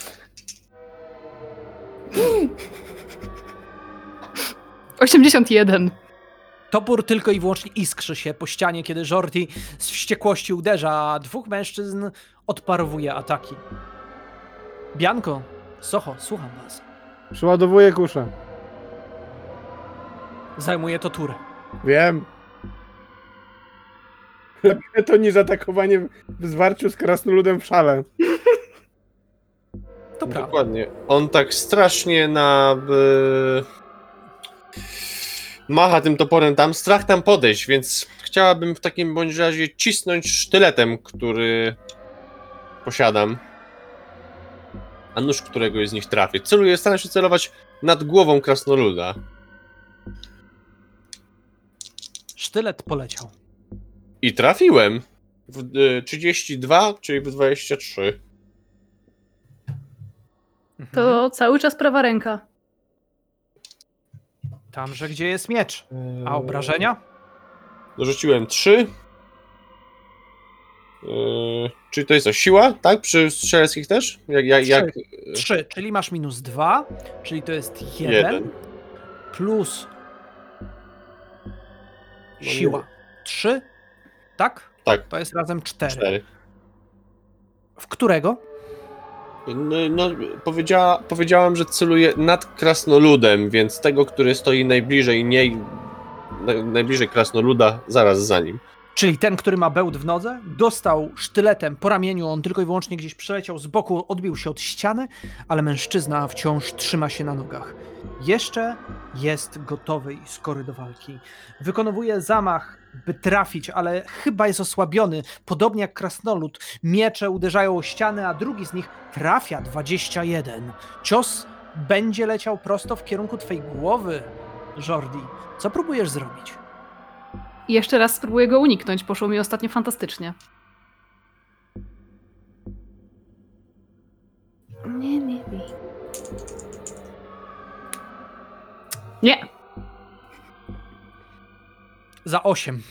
osiemdziesiąt jeden. Topór tylko i wyłącznie iskrzy się po ścianie, kiedy Jordi z wściekłości uderza, a dwóch mężczyzn odparowuje ataki. Bianko, Socho, słucham was. Przeładowuję kuszę. Zajmuje to turę. Wiem. Lepiej to niż atakowanie w zwarciu z krasnoludem w szale. To prawda. Dokładnie. On tak strasznie na... By... macha tym toporem tam, strach tam podejść, więc chciałabym w takim bądź razie cisnąć sztyletem, który posiadam. A nóż któregoś z nich trafię. Celuję, staram się celować nad głową krasnoluda. Sztylet poleciał. I trafiłem. W y, trzydzieści dwa, czyli w dwadzieścia trzy. Mhm. To cały czas prawa ręka. Tamże, gdzie jest miecz. A obrażenia? Dorzuciłem trzy. Yy, czyli to jest to siła, tak? Przy strzeleckich też? Jak, jak, jak... Trzy, czyli masz minus dwa, czyli to jest jeden, Jeden. plus No siła. Trzy, tak? Tak. To jest razem cztery. Cztery. W którego? No, no powiedziała, powiedziałam, że celuję nad krasnoludem, więc tego, który stoi najbliżej niej, na, najbliżej krasnoluda, zaraz za nim. Czyli ten, który ma bełt w nodze, dostał sztyletem po ramieniu, on tylko i wyłącznie gdzieś przeleciał z boku, odbił się od ściany, ale mężczyzna wciąż trzyma się na nogach. Jeszcze jest gotowy i skory do walki. Wykonuje zamach, by trafić, ale chyba jest osłabiony. Podobnie jak krasnolud, miecze uderzają o ściany, a drugi z nich trafia dwadzieścia jeden. Cios będzie leciał prosto w kierunku twej głowy, Jordi. Co próbujesz zrobić? I jeszcze raz spróbuję go uniknąć. Poszło mi ostatnio fantastycznie. Nie, nie, nie. Nie. Za osiem.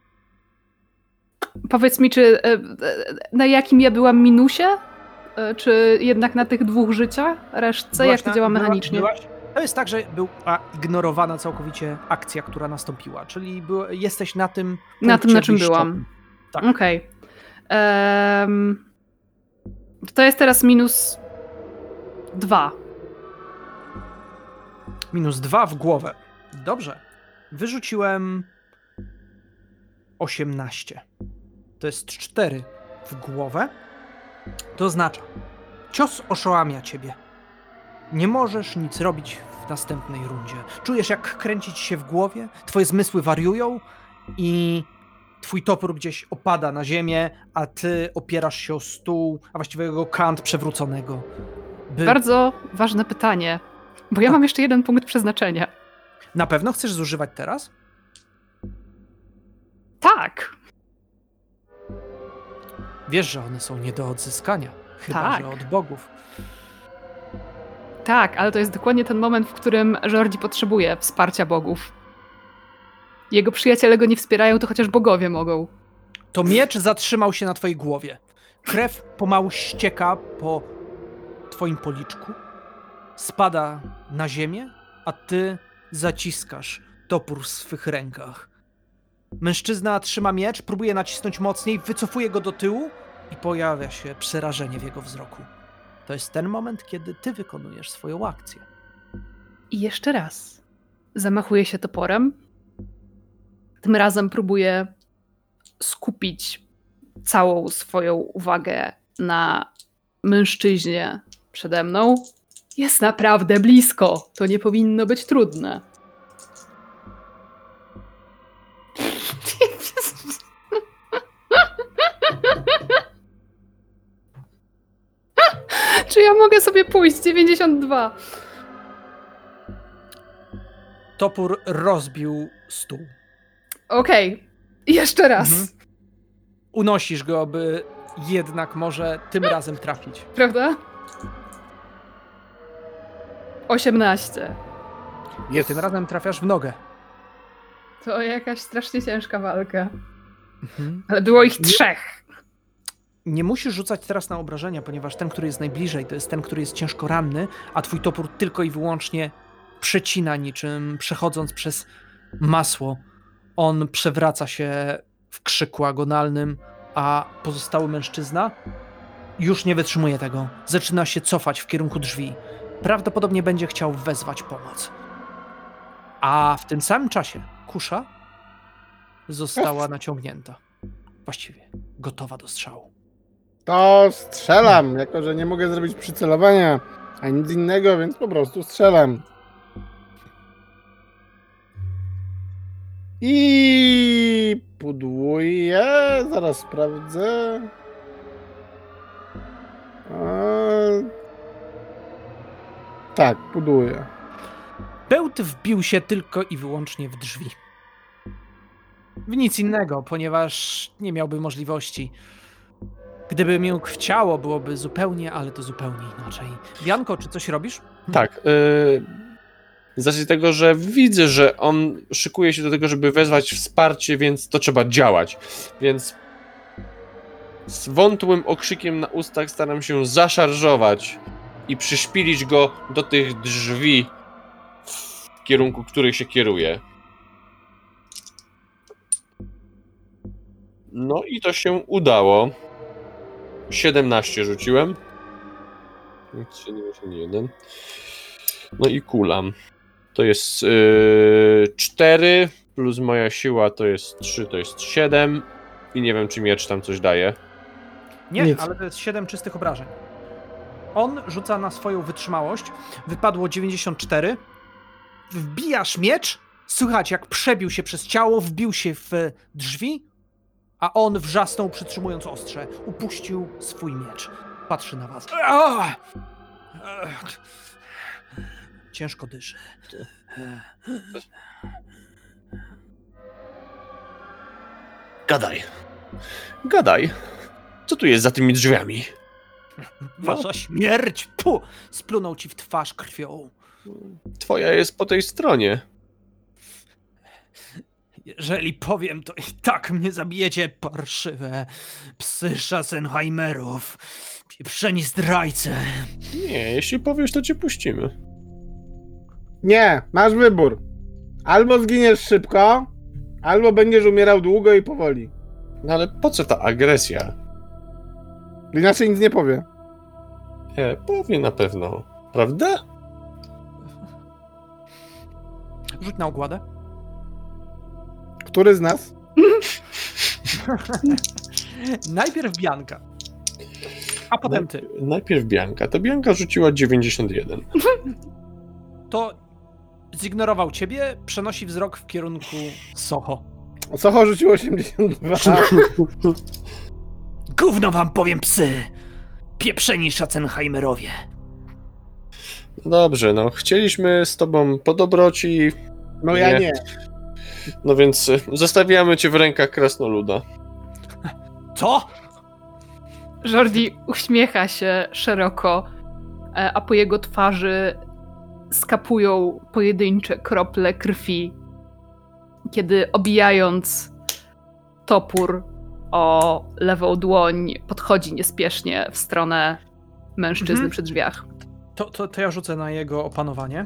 Powiedz mi, czy e, e, na jakim ja byłam minusie? E, czy jednak na tych dwóch życiach? Resztce? Byłaś Jak to na- działa była- mechanicznie? Byłaś, to jest tak, że była ignorowana całkowicie akcja, która nastąpiła. Czyli był, jesteś na tym Na tym, na czym punkcie byłam. wyjściowym. Tak. Okej. Em, to jest teraz minus dwa. Minus dwa w głowę. Dobrze. Wyrzuciłem osiemnaście. To jest cztery w głowę. To oznacza, cios oszołamia ciebie. Nie możesz nic robić w następnej rundzie. Czujesz, jak kręci ci się w głowie, twoje zmysły wariują i twój topór gdzieś opada na ziemię, a ty opierasz się o stół, a właściwie jego kant przewróconego. By... Bardzo ważne pytanie, bo ja mam jeszcze jeden punkt przeznaczenia. Na pewno chcesz zużywać teraz? Tak. Wiesz, że one są nie do odzyskania. Chyba, Tak. że od bogów. Tak, ale to jest dokładnie ten moment, w którym Jordi potrzebuje wsparcia bogów. Jego przyjaciele go nie wspierają, to chociaż bogowie mogą. To miecz zatrzymał się na twojej głowie. Krew pomału ścieka po twoim policzku. Spada na ziemię, a ty zaciskasz topór w swych rękach. Mężczyzna trzyma miecz, próbuje nacisnąć mocniej, wycofuje go do tyłu i pojawia się przerażenie w jego wzroku. To jest ten moment, kiedy ty wykonujesz swoją akcję. I jeszcze raz. Zamachuje się toporem. Tym razem próbuje skupić całą swoją uwagę na mężczyźnie przede mną. Jest naprawdę blisko. To nie powinno być trudne. Czy ja mogę sobie pójść? dziewięćdziesiąt dwa. Topór rozbił stół. Okej. Jeszcze raz. Mhm. Unosisz go, by jednak może tym razem trafić. Prawda? osiemnaście. Jest. Tym razem trafiasz w nogę. To jakaś strasznie ciężka walka. Mhm. Ale było ich trzech. Nie musisz rzucać teraz na obrażenia, ponieważ ten, który jest najbliżej, to jest ten, który jest ciężko ranny, a twój topór tylko i wyłącznie przecina niczym przechodząc przez masło. On przewraca się w krzyku agonalnym, a pozostały mężczyzna już nie wytrzymuje tego. Zaczyna się cofać w kierunku drzwi. Prawdopodobnie będzie chciał wezwać pomoc. A w tym samym czasie kusza została naciągnięta. Właściwie gotowa do strzału. To strzelam, jako że nie mogę zrobić przycelowania, a nic innego, więc po prostu strzelam. I pudłuję, zaraz sprawdzę. A... Tak, pudłuję. Bełt wbił się tylko i wyłącznie w drzwi. W nic innego, ponieważ nie miałby możliwości. Gdyby miógł w ciało, byłoby zupełnie, ale to zupełnie inaczej. Bianko, czy coś robisz? Tak. Yy, z racji tego, że widzę, że on szykuje się do tego, żeby wezwać wsparcie, więc to trzeba działać. Więc z wątłym okrzykiem na ustach staram się zaszarżować i przyszpilić go do tych drzwi, w kierunku których się kieruje. No i to się udało. siedemnaście rzuciłem. jeden. No i kulam. To jest yy, cztery plus moja siła to jest trzy, to jest siedem. I nie wiem, czy miecz tam coś daje. Nie, Nic. ale to jest siedem czystych obrażeń. On rzuca na swoją wytrzymałość. Wypadło dziewięćdziesiąt cztery. Wbijasz miecz. Słychać, jak przebił się przez ciało, wbił się w drzwi, a on wrzasnął, przytrzymując ostrze. Upuścił swój miecz. Patrzy na was. Ah! Ciężko dyszy. Gadaj. Gadaj. Co tu jest za tymi drzwiami? Wasza śmierć! Pu! Splunął ci w twarz krwią. Twoja jest po tej stronie. Jeżeli powiem, to i tak mnie zabijecie, parszywe psy Schasenheimerów. Pieprzeni zdrajcy. Nie, jeśli powiesz, to cię puścimy. Nie, masz wybór. Albo zginiesz szybko, albo będziesz umierał długo i powoli. No ale po co ta agresja? Inaczej nic nie powie. Nie, powie na pewno. Prawda? Rzuć na ogładę. Który z nas? Najpierw Bianka, a potem ty. Najp- Najpierw Bianka. To Bianka rzuciła dziewięćdziesiąt jeden. To zignorował ciebie, przenosi wzrok w kierunku Soho. Soho rzucił osiemdziesiąt dwa. Gówno wam powiem, psy! Pieprzeni Schasenheimerowie. No dobrze, no chcieliśmy z tobą po dobroci, No ja Nie. nie. no więc y, zostawiamy cię w rękach krasnoluda. Co? Jordi uśmiecha się szeroko, e, a po jego twarzy skapują pojedyncze krople krwi, kiedy obijając topór o lewą dłoń podchodzi niespiesznie w stronę mężczyzny Mhm. przy drzwiach. To, to, to ja rzucę na jego opanowanie.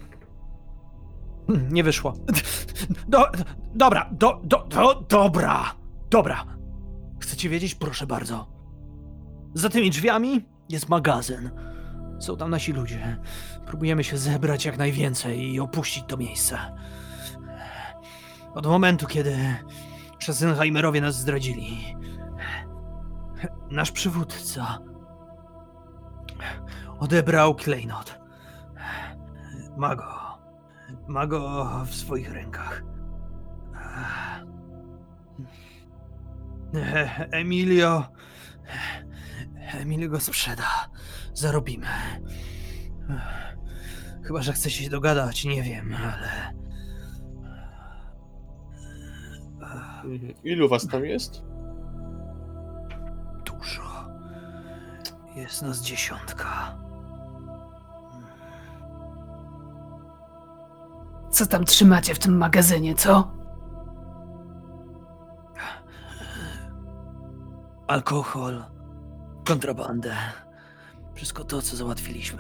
Hmm, Nie wyszło. Do, dobra, do, do, do, dobra, dobra. Chcecie wiedzieć? Proszę bardzo. Za tymi drzwiami jest magazyn. Są tam nasi ludzie. Próbujemy się zebrać jak najwięcej i opuścić to miejsce. Od momentu, kiedy Schasenheimerowie nas zdradzili, nasz przywódca odebrał klejnot. Ma go. Ma go w swoich rękach. Emilio... Emilio go sprzeda. Zarobimy. Chyba że chce się dogadać, nie wiem, ale... Mhm. Ilu was tam jest? Dużo. Jest nas dziesiątka. Co tam trzymacie w tym magazynie, co? Alkohol, kontrabandę. Wszystko to, co załatwiliśmy.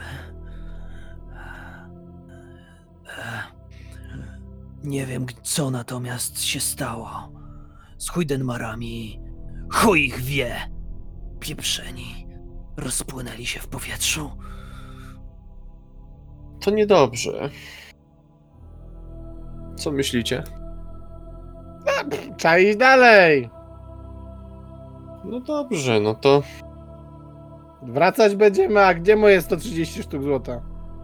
Nie wiem, co natomiast się stało z Huidenmarami. Chuj ich wie. Pieprzeni. Rozpłynęli się w powietrzu. To niedobrze. Co myślicie? Trzeba iść dalej. No dobrze, no to Wracać będziemy, a gdzie moje sto trzydzieści sztuk złota?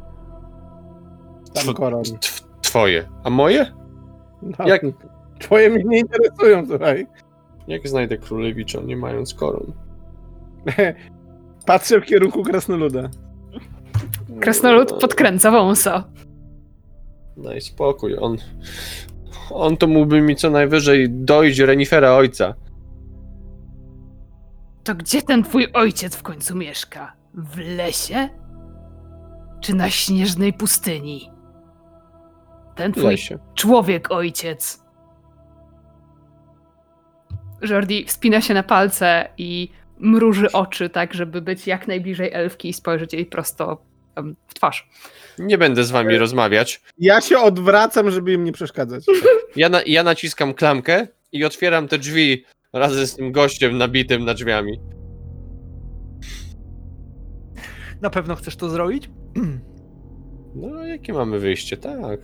Tam Tw- koron. tw- twoje. A moje? No, Jak, Twoje mnie nie interesują, słuchaj. jak znajdę królewicza, nie mając koron? Patrzę w kierunku krasnoluda. Krasnolud podkręca wąsa. Daj spokój, on... On to mógłby mi co najwyżej dojść renifera ojca. To gdzie ten twój ojciec w końcu mieszka? W lesie? Czy na śnieżnej pustyni? Ten W twój lesie. człowiek ojciec. Jordi wspina się na palce i mruży oczy tak, żeby być jak najbliżej elfki i spojrzeć jej prosto em, w twarz. Nie będę z wami rozmawiać. Ja się odwracam, żeby im nie przeszkadzać. Ja, na, ja naciskam klamkę i otwieram te drzwi razem z tym gościem nabitym na drzwiami. Na pewno chcesz to zrobić? No, jakie mamy wyjście? Tak.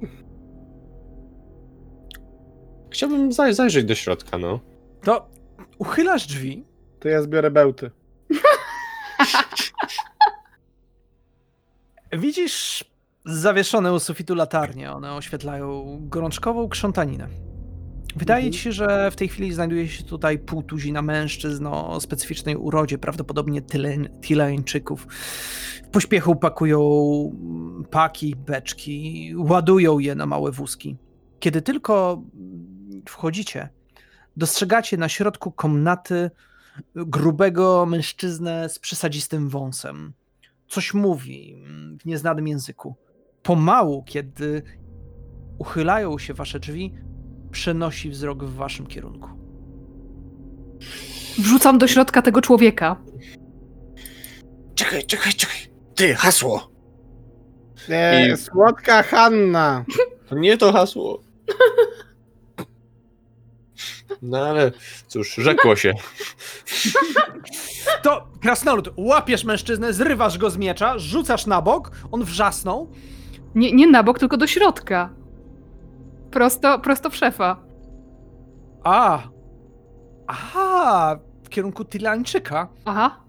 Chciałbym zaj- zajrzeć do środka, no. To uchylasz drzwi. To ja zbiorę bełty. Widzisz zawieszone u sufitu latarnie. One oświetlają gorączkową krzątaninę. Wydaje ci się, że w tej chwili znajduje się tutaj pół tuzina mężczyzn o specyficznej urodzie, prawdopodobnie Tyle- Tileńczyków. W pośpiechu pakują paki, beczki, ładują je na małe wózki. Kiedy tylko wchodzicie, dostrzegacie na środku komnaty grubego mężczyznę z przesadzistym wąsem. Coś mówi w nieznanym języku. Pomału, kiedy uchylają się wasze drzwi, przenosi wzrok w waszym kierunku. Wrzucam do środka tego człowieka. Czekaj, czekaj, czekaj. Ty, hasło. E, I- Słodka Hanna. To nie to hasło. No ale cóż, rzekło się. To, krasnolud, łapiesz mężczyznę, zrywasz go z miecza, rzucasz na bok, on wrzasnął. Nie, nie na bok, tylko do środka. Prosto, prosto w szefa. A, aha, w kierunku Tylańczyka. Aha.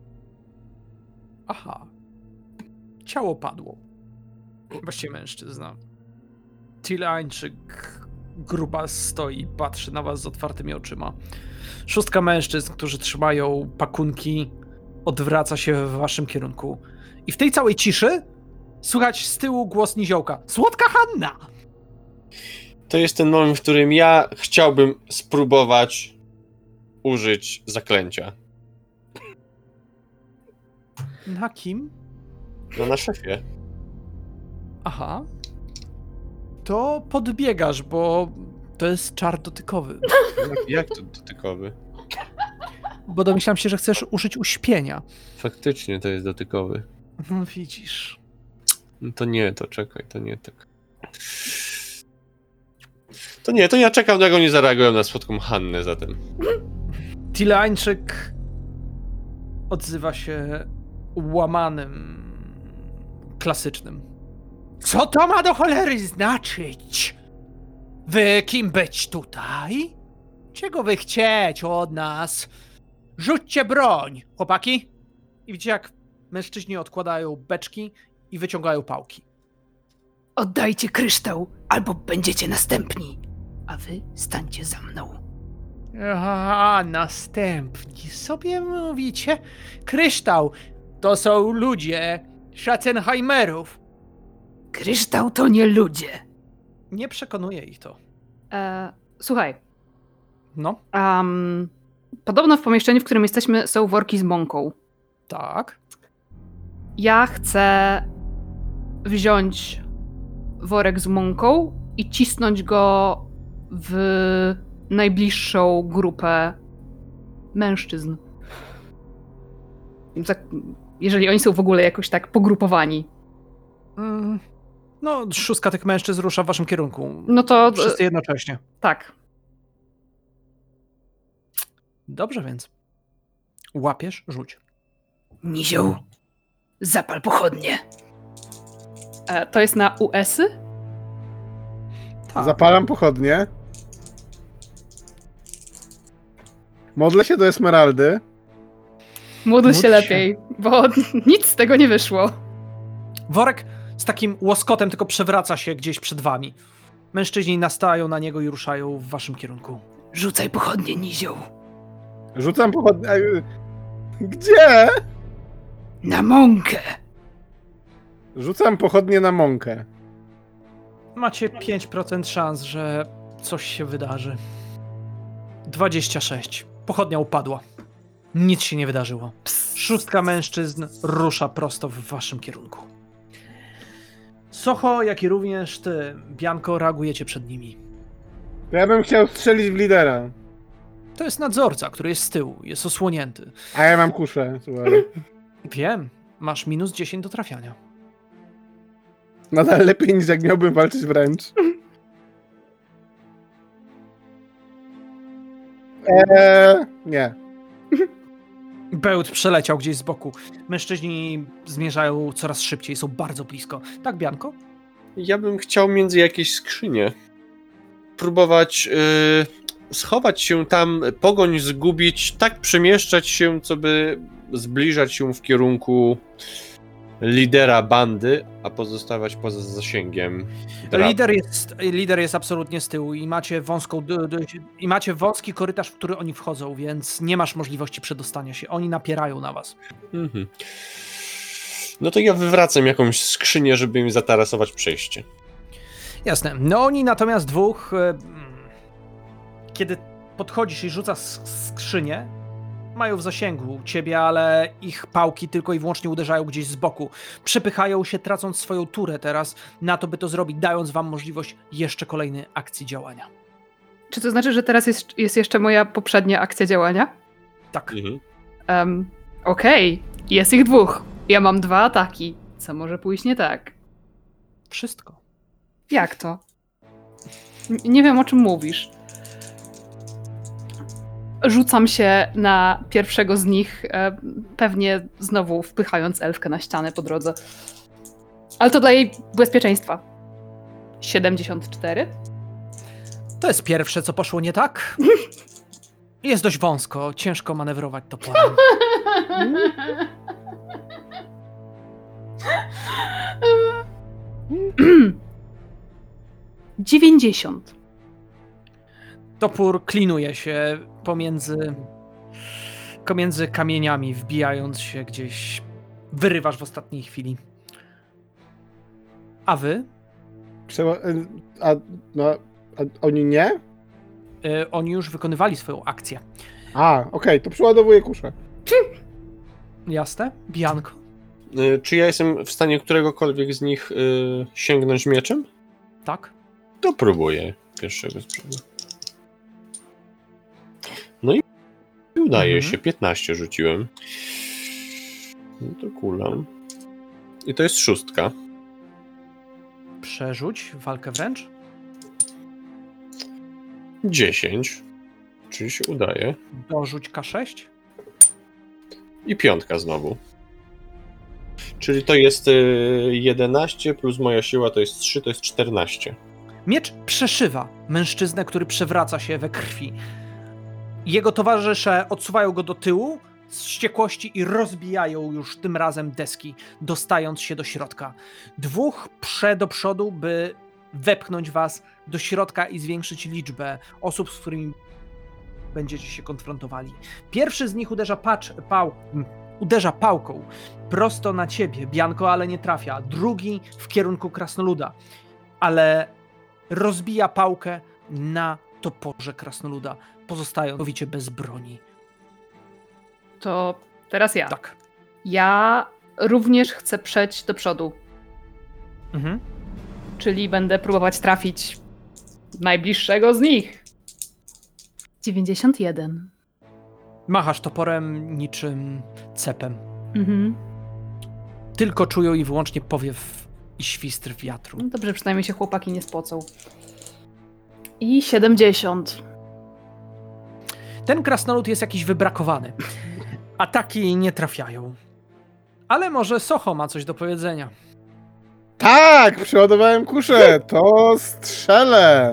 Aha. Ciało padło. Właściwie mężczyzna. Tylańczyk gruba stoi i patrzy na was z otwartymi oczyma. Szóstka mężczyzn, którzy trzymają pakunki, odwraca się w waszym kierunku. I w tej całej ciszy słychać z tyłu głos niziołka. Słodka Hanna! To jest ten moment, w którym ja chciałbym spróbować użyć zaklęcia. Na kim? No na szefie. Aha. To podbiegasz, bo to jest czar dotykowy. Jak, jak to dotykowy? Bo domyślam się, że chcesz użyć uśpienia. Faktycznie to jest dotykowy. No widzisz. No to nie, to czekaj, to nie tak. To nie, to ja czekam, jak oni zareagują na słodką Hannę zatem. Tilańczyk odzywa się łamanym, klasycznym. Co to ma do cholery znaczyć? Wy kim być tutaj? Czego wy chcieć od nas? Rzućcie broń, chłopaki! I widzicie, jak mężczyźni odkładają beczki i wyciągają pałki. Oddajcie kryształ, albo będziecie następni. A wy stańcie za mną. Aha, następni sobie mówicie? Kryształ to są ludzie Schatzenheimerów. Kryształ to nie ludzie. Nie przekonuje ich to. E, słuchaj. No, Um, podobno w pomieszczeniu, w którym jesteśmy, są worki z mąką. tak. Ja chcę wziąć worek z mąką i cisnąć go w najbliższą grupę mężczyzn. Tak, jeżeli oni są w ogóle jakoś tak pogrupowani. Mm, no, szóstka tych mężczyzn rusza w waszym kierunku. No to Wszyscy jednocześnie. tak. Dobrze więc. Łapiesz, rzuć. Nizioł, zapal pochodnie. E, to jest na U S-y? Tak. Zapalam pochodnie. Modlę się do Esmeraldy. Módl Módl się się. lepiej, bo nic z tego nie wyszło. Worek z takim łoskotem tylko przewraca się gdzieś przed wami. Mężczyźni nastają na niego i ruszają w waszym kierunku. Rzucaj pochodnie, Nizioł. Rzucam pochodnie. Ej, Gdzie? Na mąkę. Rzucam pochodnie na mąkę. Macie pięć procent szans, że coś się wydarzy. dwadzieścia sześć. Pochodnia upadła. Nic się nie wydarzyło. Szóstka mężczyzn rusza prosto w waszym kierunku. Socho, jak i również ty, Bianko, reagujecie przed nimi. To ja bym chciał strzelić w lidera. To jest nadzorca, który jest z tyłu, jest osłonięty. A ja mam kuszę, słuchaj. Wiem, masz minus dziesięć do trafiania. Nadal lepiej niż jak miałbym walczyć wręcz. Eee, nie. Bełt przeleciał gdzieś z boku. Mężczyźni zmierzają coraz szybciej, są bardzo blisko. Tak, Bianko? Ja bym chciał między jakieś skrzynie próbować yy, schować się tam, pogoń zgubić, tak przemieszczać się, co by zbliżać się w kierunku lidera bandy, a pozostawać poza zasięgiem drab. Lider jest, lider jest absolutnie z tyłu i macie wąską d- d- i macie wąski korytarz, w który oni wchodzą, więc nie masz możliwości przedostania się. Oni napierają na was. Mhm. No to ja wywracam jakąś skrzynię, żeby im zatarasować przejście. Jasne. No oni natomiast dwóch, e, mm, kiedy podchodzisz i rzucasz skrzynię, mają w zasięgu ciebie, ale ich pałki tylko i wyłącznie uderzają gdzieś z boku. Przepychają się, tracąc swoją turę teraz na to, by to zrobić, dając wam możliwość jeszcze kolejnej akcji działania. Czy to znaczy, że teraz jest, jest jeszcze moja poprzednia akcja działania? Tak. Mhm. Um, Okej, jest ich dwóch. Ja mam dwa ataki. Co może pójść nie tak? Wszystko. Jak to? N- nie wiem, o czym mówisz. Rzucam się na pierwszego z nich, e, pewnie znowu wpychając elfkę na ścianę po drodze. Ale to dla jej bezpieczeństwa. siedemdziesiąt cztery. To jest pierwsze, co poszło nie tak. Jest dość wąsko, ciężko manewrować toporem. dziewięćdziesiąt. Topór klinuje się pomiędzy, pomiędzy kamieniami, wbijając się gdzieś. Wyrywasz w ostatniej chwili. A wy? Trzeba, a, no, a oni nie? Y, oni już wykonywali swoją akcję. A, okej, to przeładowuję kuszę. Jasne? Bianko? Y, Czy ja jestem w stanie któregokolwiek z nich y, sięgnąć mieczem? Tak? To próbuję pierwszego z przodu. No i udaje Mhm. się, piętnaście rzuciłem. No to kulam. I to jest szóstka. Przerzuć walkę wręcz. dziesięć. Czyli się udaje. Dorzuć K sześć. I piątka znowu. Czyli to jest y, jedenaście plus moja siła to jest trzy, to jest czternaście. Miecz przeszywa mężczyznę, który przewraca się we krwi. Jego towarzysze odsuwają go do tyłu z wściekłości i rozbijają już tym razem deski, dostając się do środka. Dwóch prze do przodu, by wepchnąć was do środka i zwiększyć liczbę osób, z którymi będziecie się konfrontowali. Pierwszy z nich uderza, pacz, pał, uderza pałką prosto na ciebie, Bianko, ale nie trafia. Drugi w kierunku krasnoluda, ale rozbija pałkę na toporze krasnoluda, pozostając całkowicie bez broni. To teraz ja. Tak. Ja również chcę przejść do przodu, Mhm. czyli będę próbować trafić najbliższego z nich. dziewięćdziesiąt jeden. Machasz toporem niczym cepem. Mhm. Tylko czują i wyłącznie powiew i świstr wiatru. No dobrze, przynajmniej się chłopaki nie spocą. I siedemdziesiąt. Ten krasnolud jest jakiś wybrakowany. Ataki nie trafiają. Ale może Socho ma coś do powiedzenia. Tak, przeładowałem kuszę, to strzelę.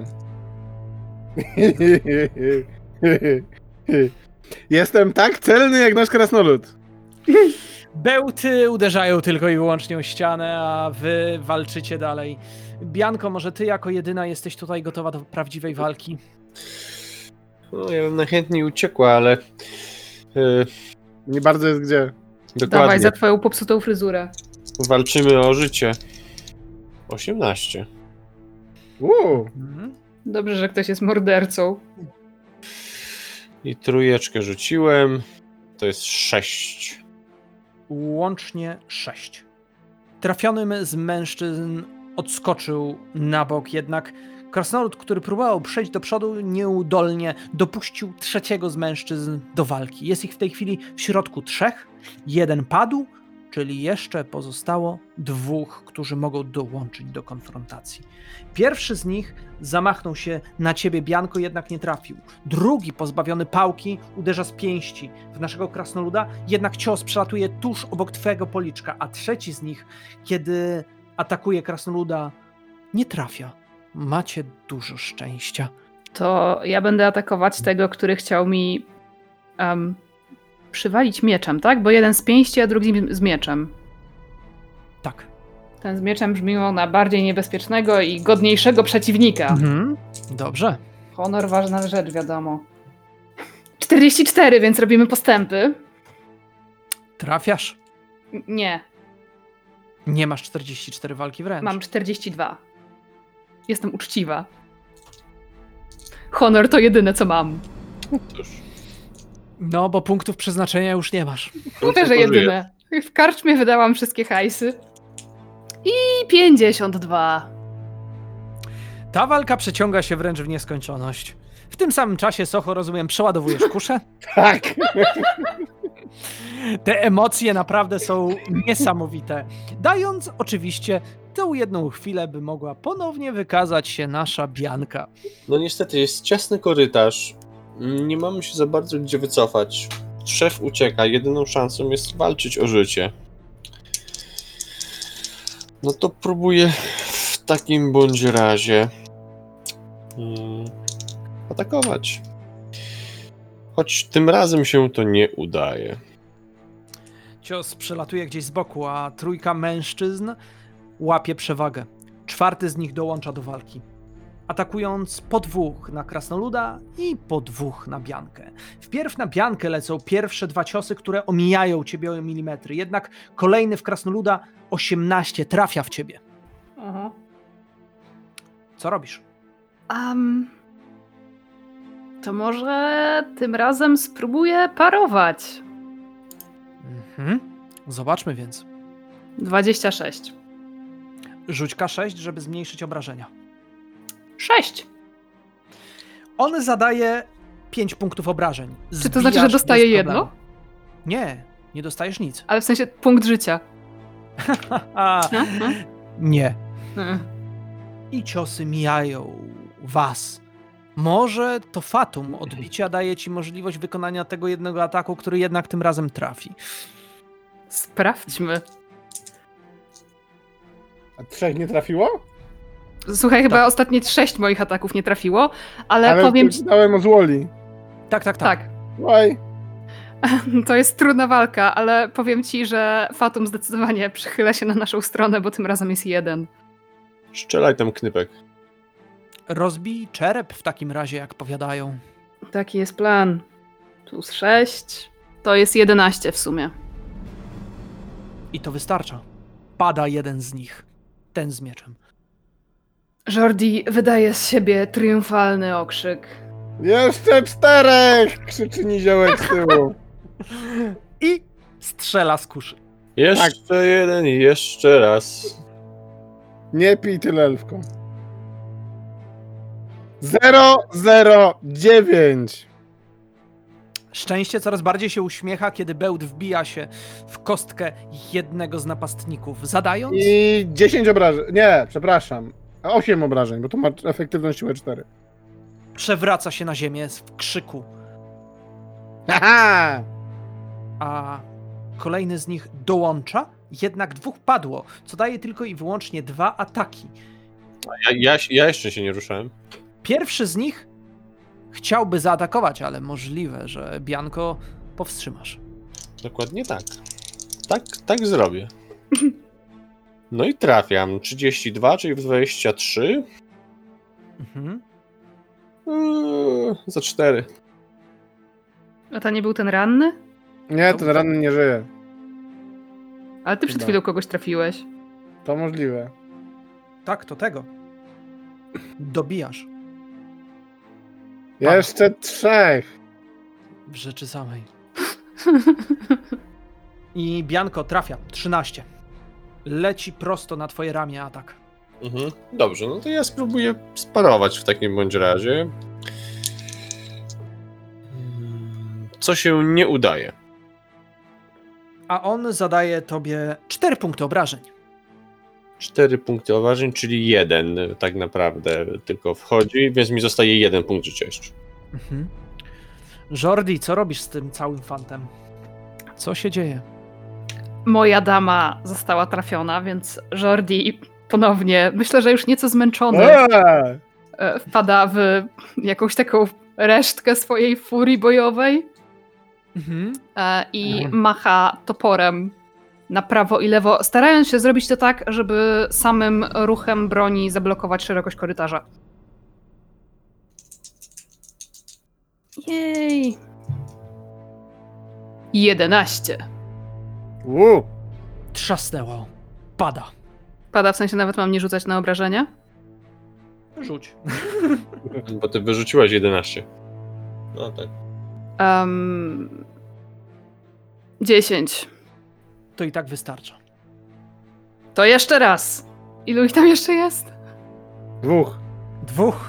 Jestem tak celny jak nasz krasnolud. Bełty uderzają tylko i wyłącznie o ścianę, a wy walczycie dalej. Bianko, może ty jako jedyna jesteś tutaj gotowa do prawdziwej walki? No, ja bym najchętniej uciekła, ale... Yy, Nie bardzo jest gdzie. dokładnie. Dawaj za twoją popsutą fryzurę. Walczymy o życie. osiemnaście. Uuu. Mhm. Dobrze, że ktoś jest mordercą. I trójeczkę rzuciłem. To jest sześć. Łącznie sześć. Trafionym z mężczyzn odskoczył na bok, jednak krasnolud, który próbował przejść do przodu, nieudolnie dopuścił trzeciego z mężczyzn do walki. Jest ich w tej chwili w środku trzech. Jeden padł, czyli jeszcze pozostało dwóch, którzy mogą dołączyć do konfrontacji. Pierwszy z nich zamachnął się na ciebie, Bianko, jednak nie trafił. Drugi, pozbawiony pałki, uderza z pięści w naszego krasnoluda, jednak cios przelatuje tuż obok twojego policzka, a trzeci z nich, kiedy atakuje krasnoluda, nie trafia. Macie dużo szczęścia. To ja będę atakować tego, który chciał mi um, przywalić mieczem, tak? Bo jeden z pięści, a drugi z mieczem. Tak. Ten z mieczem brzmiło na bardziej niebezpiecznego i godniejszego przeciwnika. Mhm. Dobrze. Honor, ważna rzecz, wiadomo. czterdzieści cztery, więc robimy postępy. Trafiasz. N- nie, Nie masz czterdzieści cztery walki wręcz. mam czterdzieści dwa. Jestem uczciwa. Honor to jedyne, co mam. Cóż. No, bo punktów przeznaczenia już nie masz. Mówię, że jedyne. W karczmie wydałam wszystkie hajsy. I pięćdziesiąt dwa. Ta walka przeciąga się wręcz w nieskończoność. W tym samym czasie, Socho, rozumiem, przeładowujesz kuszę. Tak. Te emocje naprawdę są niesamowite. Dając oczywiście tę jedną chwilę, by mogła ponownie wykazać się nasza Bianka. No niestety, jest ciasny korytarz. Nie mamy się za bardzo gdzie wycofać. Szef ucieka, jedyną szansą jest walczyć o życie. No to próbuję w takim bądź razie hmm, atakować. Choć tym razem się to nie udaje. Cios przelatuje gdzieś z boku, a trójka mężczyzn łapie przewagę. Czwarty z nich dołącza do walki, atakując po dwóch na krasnoluda i po dwóch na Biankę. Wpierw na Biankę lecą pierwsze dwa ciosy, które omijają ciebie o milimetry, jednak kolejny w krasnoluda osiemnaście trafia w ciebie. Aha. Co robisz? Um, to może tym razem spróbuję parować. Mhm. Zobaczmy więc. dwadzieścia sześć. Rzuć K sześć, żeby zmniejszyć obrażenia. sześć. On zadaje pięć punktów obrażeń. Czy to znaczy, że Zbijasz dostaję bez jedno? problemu. Nie, nie dostajesz nic. Ale w sensie punkt życia. A, Mhm. nie. Mhm. I ciosy mijają was. Może to fatum odbicia daje ci możliwość wykonania tego jednego ataku, który jednak tym razem trafi. Sprawdźmy. A trzech nie trafiło? Słuchaj, chyba Tak. ostatnie sześć moich ataków nie trafiło, ale, Ale powiem ci... dałem o złoli. Tak, tak, tak. Tak, Oj. to jest trudna walka, ale powiem ci, że Fatum zdecydowanie przychyla się na naszą stronę, bo tym razem jest jeden. Strzelaj tam knypek. Rozbij czerep w takim razie, jak powiadają. Taki jest plan. Plus sześć. To jest jedenaście w sumie. I to wystarcza. Pada jeden z nich. Ten z mieczem. Jordi wydaje z siebie triumfalny okrzyk. Jeszcze czterech! Krzyczy niziołek z tyłu. I strzela z kuszy. Jeszcze jeden i jeszcze raz. Nie pij tyle, elfką. Zero, zero, dziewięć. Szczęście coraz bardziej się uśmiecha, kiedy bełt wbija się w kostkę jednego z napastników, zadając... I dziesięć obrażeń. Nie, przepraszam. osiem obrażeń, bo to ma efektywność siłę cztery. Przewraca się na ziemię w krzyku, Haha! a kolejny z nich dołącza, jednak dwóch padło, co daje tylko i wyłącznie dwa ataki. Ja, ja, ja jeszcze się nie ruszałem. Pierwszy z nich chciałby zaatakować, ale możliwe, że Bianko powstrzymasz. Dokładnie tak. Tak, tak zrobię. No i trafiam. trzydzieści dwa, czyli w dwadzieścia trzy. Mhm. Eee, za cztery. A to nie był ten ranny? Nie, ten ranny nie żyje. Ale ty przed Chyba. chwilą kogoś trafiłeś. To możliwe. Tak, to tego. Dobijasz Jeszcze trzech. w rzeczy samej. I Bianko trafia. trzynaście. Leci prosto na twoje ramię atak. Mhm. Dobrze, no to ja spróbuję sparować w takim bądź razie. Mm, Co się nie udaje. A on zadaje tobie cztery punkty obrażeń. Cztery punkty obrażeń, czyli jeden tak naprawdę tylko wchodzi, więc mi zostaje jeden punkt życia jeszcze. Mhm. Jordi, co robisz z tym całym fantem? Co się dzieje? Moja dama została trafiona, więc Jordi ponownie, myślę, że już nieco zmęczony, Eee! e, wpada w jakąś taką resztkę swojej furii bojowej Mhm. e, i Mhm. macha toporem na prawo i lewo, starając się zrobić to tak, żeby samym ruchem broni zablokować szerokość korytarza. Jej. jedenaście. U, Trzasnęło. Pada. Pada, w sensie nawet mam nie rzucać na obrażenia? Rzuć. Bo ty wyrzuciłaś jedenaście. No tak. Um, dziesięć. To i tak wystarcza. To jeszcze raz. Ilu ich tam jeszcze jest? Dwóch. Dwóch.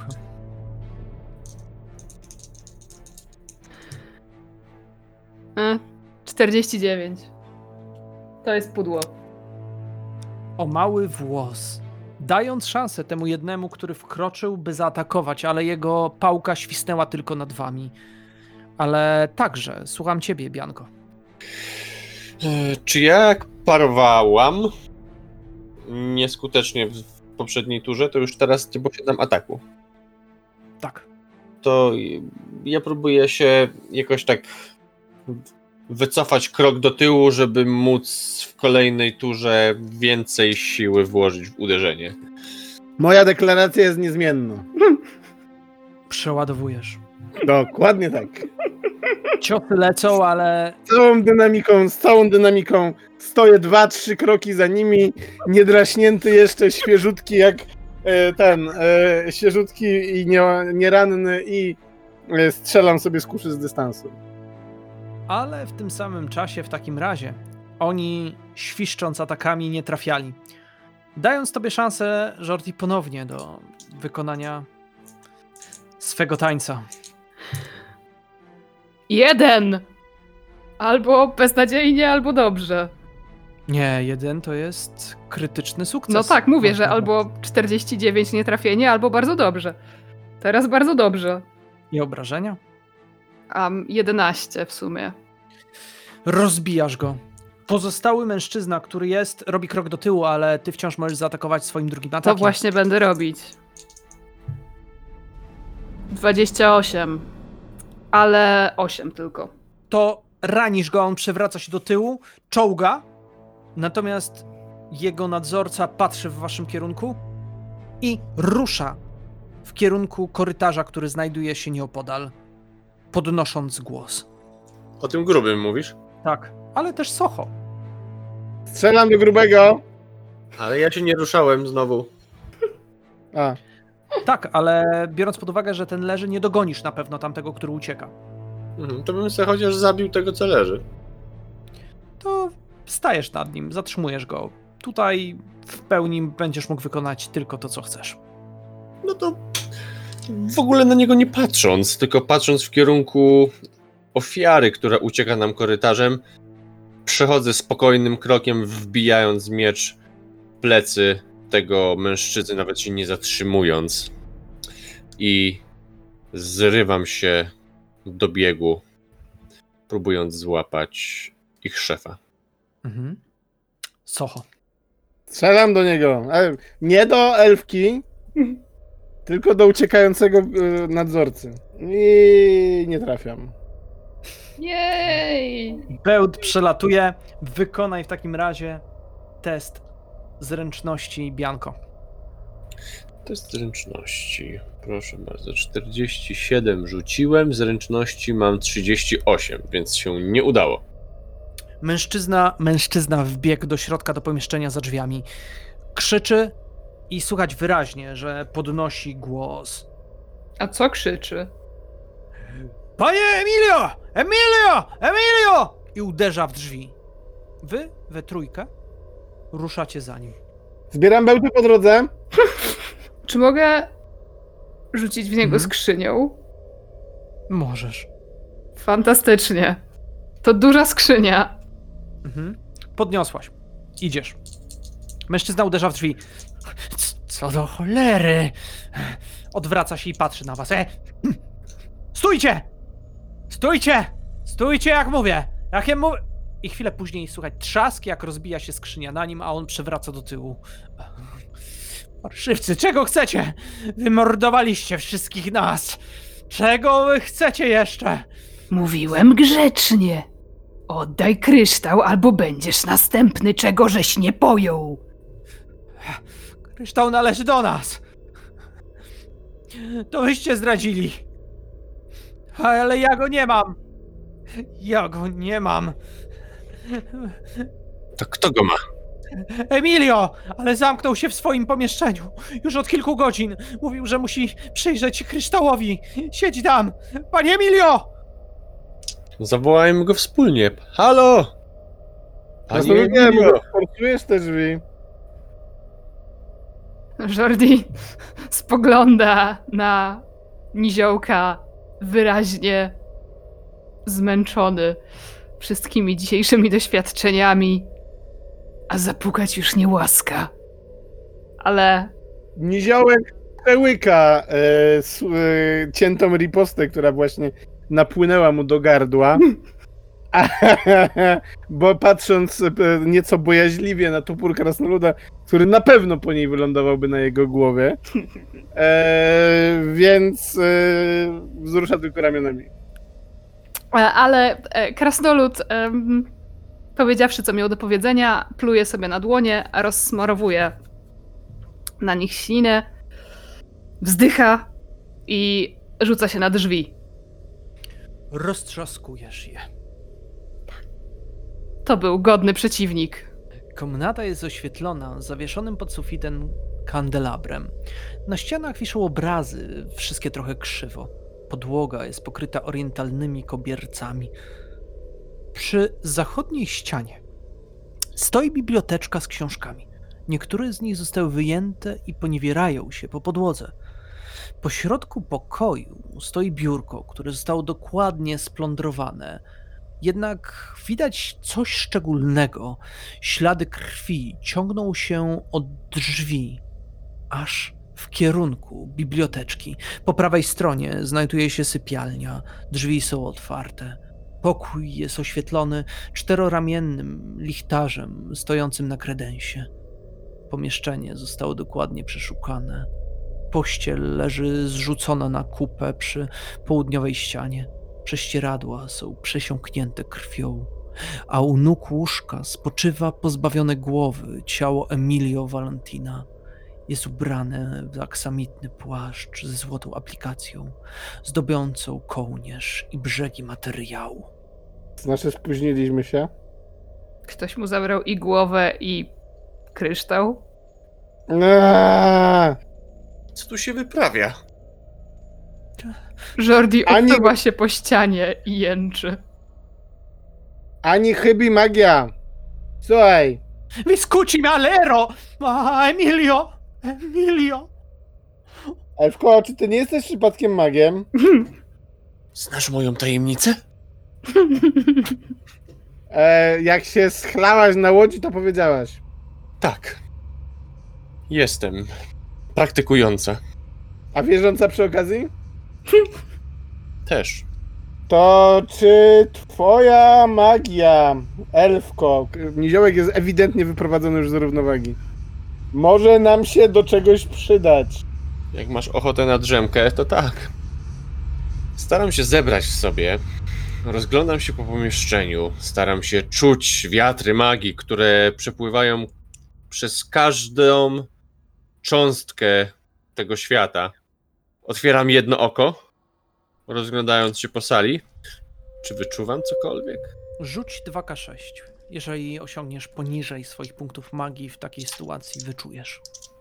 E, czterdzieści dziewięć. To jest pudło. O mały włos. Dając szansę temu jednemu, który wkroczył, by zaatakować, ale jego pałka świsnęła tylko nad wami. Ale także, słucham ciebie, Bianko. E, Czy ja jak parowałam nieskutecznie w poprzedniej turze, to już teraz nie posiadam ataku. Tak. To ja próbuję się jakoś tak wycofać krok do tyłu, żeby móc w kolejnej turze więcej siły włożyć w uderzenie. Moja deklaracja jest niezmienna. Przeładowujesz. Dokładnie tak. Ciosy lecą, ale Z całą dynamiką, z całą dynamiką stoję dwa, trzy kroki za nimi, niedraśnięty jeszcze, świeżutki jak e, ten, e, świeżutki i nie, nieranny i e, strzelam sobie z kuszy z dystansu. ale w tym samym czasie, w takim razie, oni świszcząc atakami nie trafiali. Dając tobie szansę, Jordi, ponownie do wykonania swego tańca. Jeden! Albo beznadziejnie, albo dobrze. Nie, jeden to jest krytyczny sukces. No tak, mówię, że Można albo czterdzieści dziewięć nietrafienie, albo bardzo dobrze. Teraz bardzo dobrze. I obrażenia? A jedenaście w sumie. Rozbijasz go. Pozostały mężczyzna, który jest, robi krok do tyłu, ale ty wciąż możesz zaatakować swoim drugim To atakiem. właśnie będę robić. dwadzieścia osiem. Ale osiem tylko. To ranisz go, on przewraca się do tyłu, czołga, natomiast jego nadzorca patrzy w waszym kierunku i rusza w kierunku korytarza, który znajduje się nieopodal, podnosząc głos. O tym grubym mówisz? Tak, ale też Socho. Strzelam do grubego. Ale ja się nie ruszałem znowu. A, Tak, ale biorąc pod uwagę, że ten leży, nie dogonisz na pewno tamtego, który ucieka. Mhm, to bym sobie chociaż zabił tego, co leży. To stajesz nad nim, zatrzymujesz go. Tutaj w pełni będziesz mógł wykonać tylko to, co chcesz. No to w ogóle na niego nie patrząc, tylko patrząc w kierunku ofiary, która ucieka nam korytarzem, przechodzę spokojnym krokiem, wbijając miecz w plecy tego mężczyzny, nawet się nie zatrzymując. I zrywam się do biegu, próbując złapać ich szefa. Mhm. Socho. strzelam do niego. E, Nie do elfki, tylko do uciekającego e, nadzorcy. I nie trafiam. Jej! Bełt przelatuje. Wykonaj w takim razie test zręczności, Bianko. Test zręczności. Proszę bardzo, czterdzieści siedem rzuciłem, zręczności mam trzydzieści osiem, więc się nie udało. Mężczyzna, mężczyzna wbiegł do środka, do pomieszczenia za drzwiami. Krzyczy i słychać wyraźnie, że podnosi głos. A co krzyczy? Panie Emilio! Emilio! Emilio! I uderza w drzwi. Wy we trójkę ruszacie za nim. Zbieram bełty po drodze. Czy mogę rzucić w niego Mhm. skrzynią? Możesz. Fantastycznie. To duża skrzynia. Mhm. Podniosłaś. Idziesz. Mężczyzna uderza w drzwi. C- Co do cholery? Odwraca się i patrzy na was. E! Stójcie! Stójcie! Stójcie, jak mówię! Jak ja mówię... I chwilę później słychać trzask, jak rozbija się skrzynia na nim, a on przewraca do tyłu. Parszywcy, czego chcecie? Wymordowaliście wszystkich nas. Czego wy chcecie jeszcze? Mówiłem grzecznie. Oddaj kryształ, albo będziesz następny, czego żeś nie pojął. Kryształ należy do nas. To wyście zdradzili. Ale ja go nie mam. Ja go nie mam. To kto go ma? Emilio! Ale zamknął się w swoim pomieszczeniu. Już od kilku godzin. Mówił, że musi przyjrzeć się kryształowi. Siedzi tam. Panie Emilio! Zawołajmy go wspólnie. Halo! Panie Krasnoludzie, Emilio! może forcujesz te drzwi? Jordi spogląda na niziołka wyraźnie zmęczony wszystkimi dzisiejszymi doświadczeniami, A zapukać już nie łaska. ale Niziołek przełyka e, s, e, ciętą ripostę, która właśnie napłynęła mu do gardła. Bo patrząc e, nieco bojaźliwie na topór krasnoluda, który na pewno po niej wylądowałby na jego głowie, e, więc e, wzrusza tylko ramionami. Ale e, krasnolud, em, powiedziawszy, co miał do powiedzenia, pluje sobie na dłonie, rozsmarowuje na nich ślinę, wzdycha i rzuca się na drzwi. Roztrzaskujesz je. To był godny przeciwnik. Komnata jest oświetlona zawieszonym pod sufitem kandelabrem. Na ścianach wiszą obrazy, wszystkie trochę krzywo. Podłoga jest pokryta orientalnymi kobiercami. Przy zachodniej ścianie stoi biblioteczka z książkami. Niektóre z nich zostały wyjęte i poniewierają się po podłodze. Po środku pokoju stoi biurko, które zostało dokładnie splądrowane. Jednak widać coś szczególnego. Ślady krwi ciągną się od drzwi aż w kierunku biblioteczki. Po prawej stronie znajduje się sypialnia. Drzwi są otwarte. Pokój jest oświetlony czteroramiennym lichtarzem stojącym na kredensie. Pomieszczenie zostało dokładnie przeszukane. Pościel leży zrzucona na kupę przy południowej ścianie. Prześcieradła są przesiąknięte krwią, a u nóg łóżka spoczywa pozbawione głowy ciało Emilio Valentina. Jest ubrane w aksamitny płaszcz ze złotą aplikacją, zdobiącą kołnierz i brzegi materiału. Znaczy, spóźniliśmy się. Ktoś mu zabrał i głowę, i kryształ. Eee, Co tu się wyprawia? Jordi Ani- odsuwa się po ścianie i jęczy. ani chybi magia. Słuchaj, Viscuci malero! A, Emilio! Emilio! Elfko, czy ty nie jesteś przypadkiem magiem? Znasz moją tajemnicę? E, jak się schlałaś na łodzi, to powiedziałaś. Tak. Jestem. Praktykująca. A wierząca przy okazji? Też. To czy twoja magia, Elfko, niziołek jest ewidentnie wyprowadzony już z równowagi, może nam się do czegoś przydać? Jak masz ochotę na drzemkę, to tak. Staram się zebrać w sobie. Rozglądam się po pomieszczeniu. Staram się czuć wiatry magii, które przepływają przez każdą cząstkę tego świata. Otwieram jedno oko, rozglądając się po sali. Czy wyczuwam cokolwiek? Rzuć dwa K sześć. Jeżeli osiągniesz poniżej swoich punktów magii w takiej sytuacji, wyczujesz.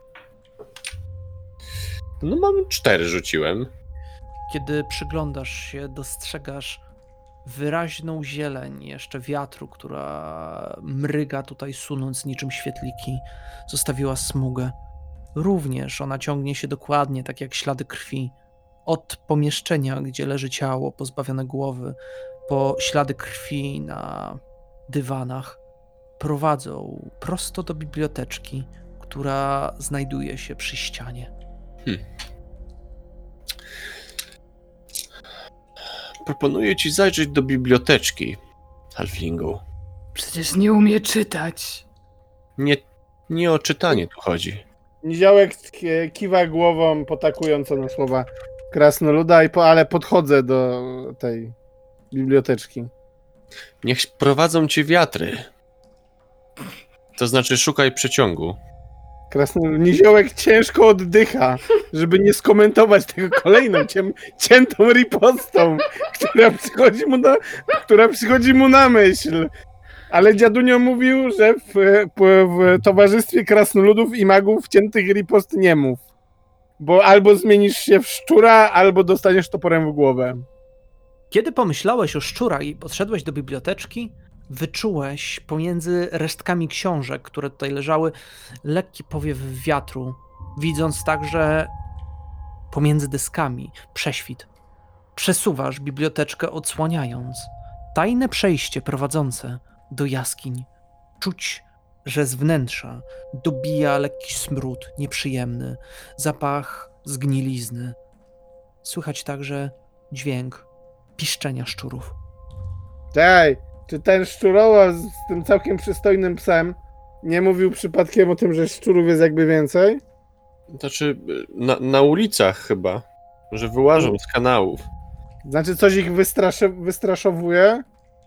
No mam cztery, rzuciłem. Kiedy przyglądasz się, dostrzegasz wyraźną zieleń jeszcze wiatru, która mryga tutaj, sunąc niczym świetliki. Zostawiła smugę. Również ona ciągnie się dokładnie, tak jak ślady krwi. Od pomieszczenia, gdzie leży ciało pozbawione głowy, po ślady krwi na dywanach, prowadzą prosto do biblioteczki, która znajduje się przy ścianie. Hmm. Proponuję ci zajrzeć do biblioteczki, Halflingu. Przecież nie umie czytać. Nie, nie o czytanie tu chodzi. Niziołek ki- kiwa głową, potakująco na słowa krasnoluda, i po, ale podchodzę do tej biblioteczki. Niech prowadzą cię wiatry. To znaczy szukaj przeciągu. Krasnolud, niziołek ciężko oddycha, żeby nie skomentować tego kolejną ciem, ciętą ripostą, która przychodzi mu na, która przychodzi mu na myśl. Ale dziadunio mówił, że w, w, w towarzystwie krasnoludów i magów wciętych ripost nie mów. Bo albo zmienisz się w szczura, albo dostaniesz toporem w głowę. Kiedy pomyślałeś o szczura i podszedłeś do biblioteczki, wyczułeś pomiędzy resztkami książek, które tutaj leżały, lekki powiew wiatru, widząc także pomiędzy dyskami prześwit. Przesuwasz biblioteczkę, odsłaniając tajne przejście prowadzące do jaskiń. Czuć, że z wnętrza dobija lekki smród nieprzyjemny, zapach zgnilizny. Słychać także dźwięk piszczenia szczurów. Czekaj, czy ten szczuroła z tym całkiem przystojnym psem nie mówił przypadkiem o tym, że szczurów jest jakby więcej? Znaczy, na, na ulicach chyba, że wyłażą z kanałów. Znaczy coś ich wystraszy, wystraszowuje?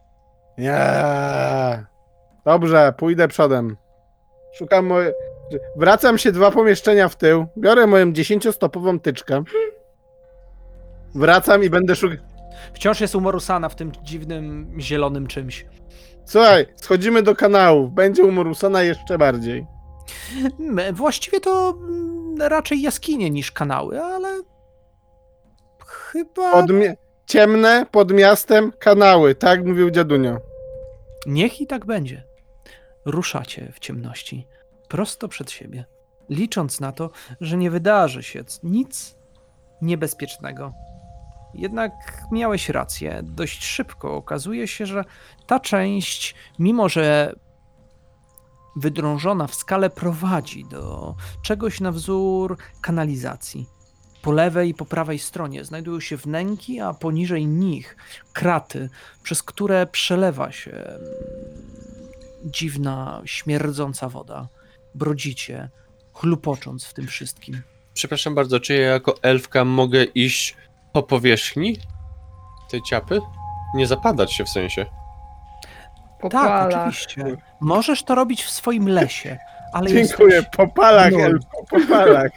Nie. Dobrze, pójdę przodem. Szukam moje... Wracam się dwa pomieszczenia w tył, biorę moją dziesięciostopową tyczkę. Wracam i będę szukał... Wciąż jest u Morusana w tym dziwnym, zielonym czymś. Słuchaj, schodzimy do kanałów. Będzie u Morusana jeszcze bardziej. M- Właściwie to mm, raczej jaskinie niż kanały, ale chyba... Pod mi- ciemne, pod miastem, kanały. Tak mówił dziadunio. Niech i tak będzie. Ruszacie w ciemności, prosto przed siebie, licząc na to, że nie wydarzy się nic niebezpiecznego. Jednak miałeś rację. Dość szybko okazuje się, że ta część, mimo że wydrążona w skale, prowadzi do czegoś na wzór kanalizacji. Po lewej i po prawej stronie znajdują się wnęki, a poniżej nich kraty, przez które przelewa się mm, dziwna, śmierdząca woda. Brodzicie, chlupocząc w tym wszystkim. Przepraszam bardzo, czy ja jako elfka mogę iść po powierzchni tej ciapy? Nie zapadać się w sensie. Po Tak, palach. oczywiście. Możesz to robić w swoim lesie, ale Dziękuję. jesteś... Po palach, No. elfko, po palach.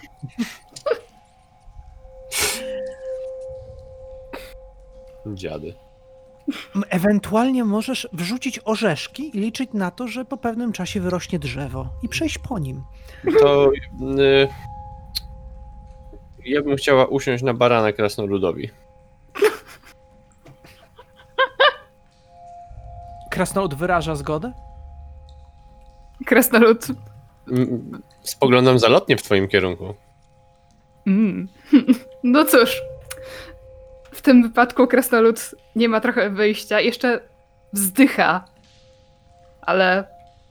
Dziady. M- Ewentualnie możesz wrzucić orzeszki i liczyć na to, że po pewnym czasie wyrośnie drzewo i przejść po nim. To... Y, ja bym chciała usiąść na barana krasnoludowi. Krasnolud wyraża zgodę? Krasnolud. Mm, Spoglądam zalotnie w twoim kierunku. Mm. No cóż, w tym wypadku krasnolud nie ma trochę wyjścia. Jeszcze wzdycha, ale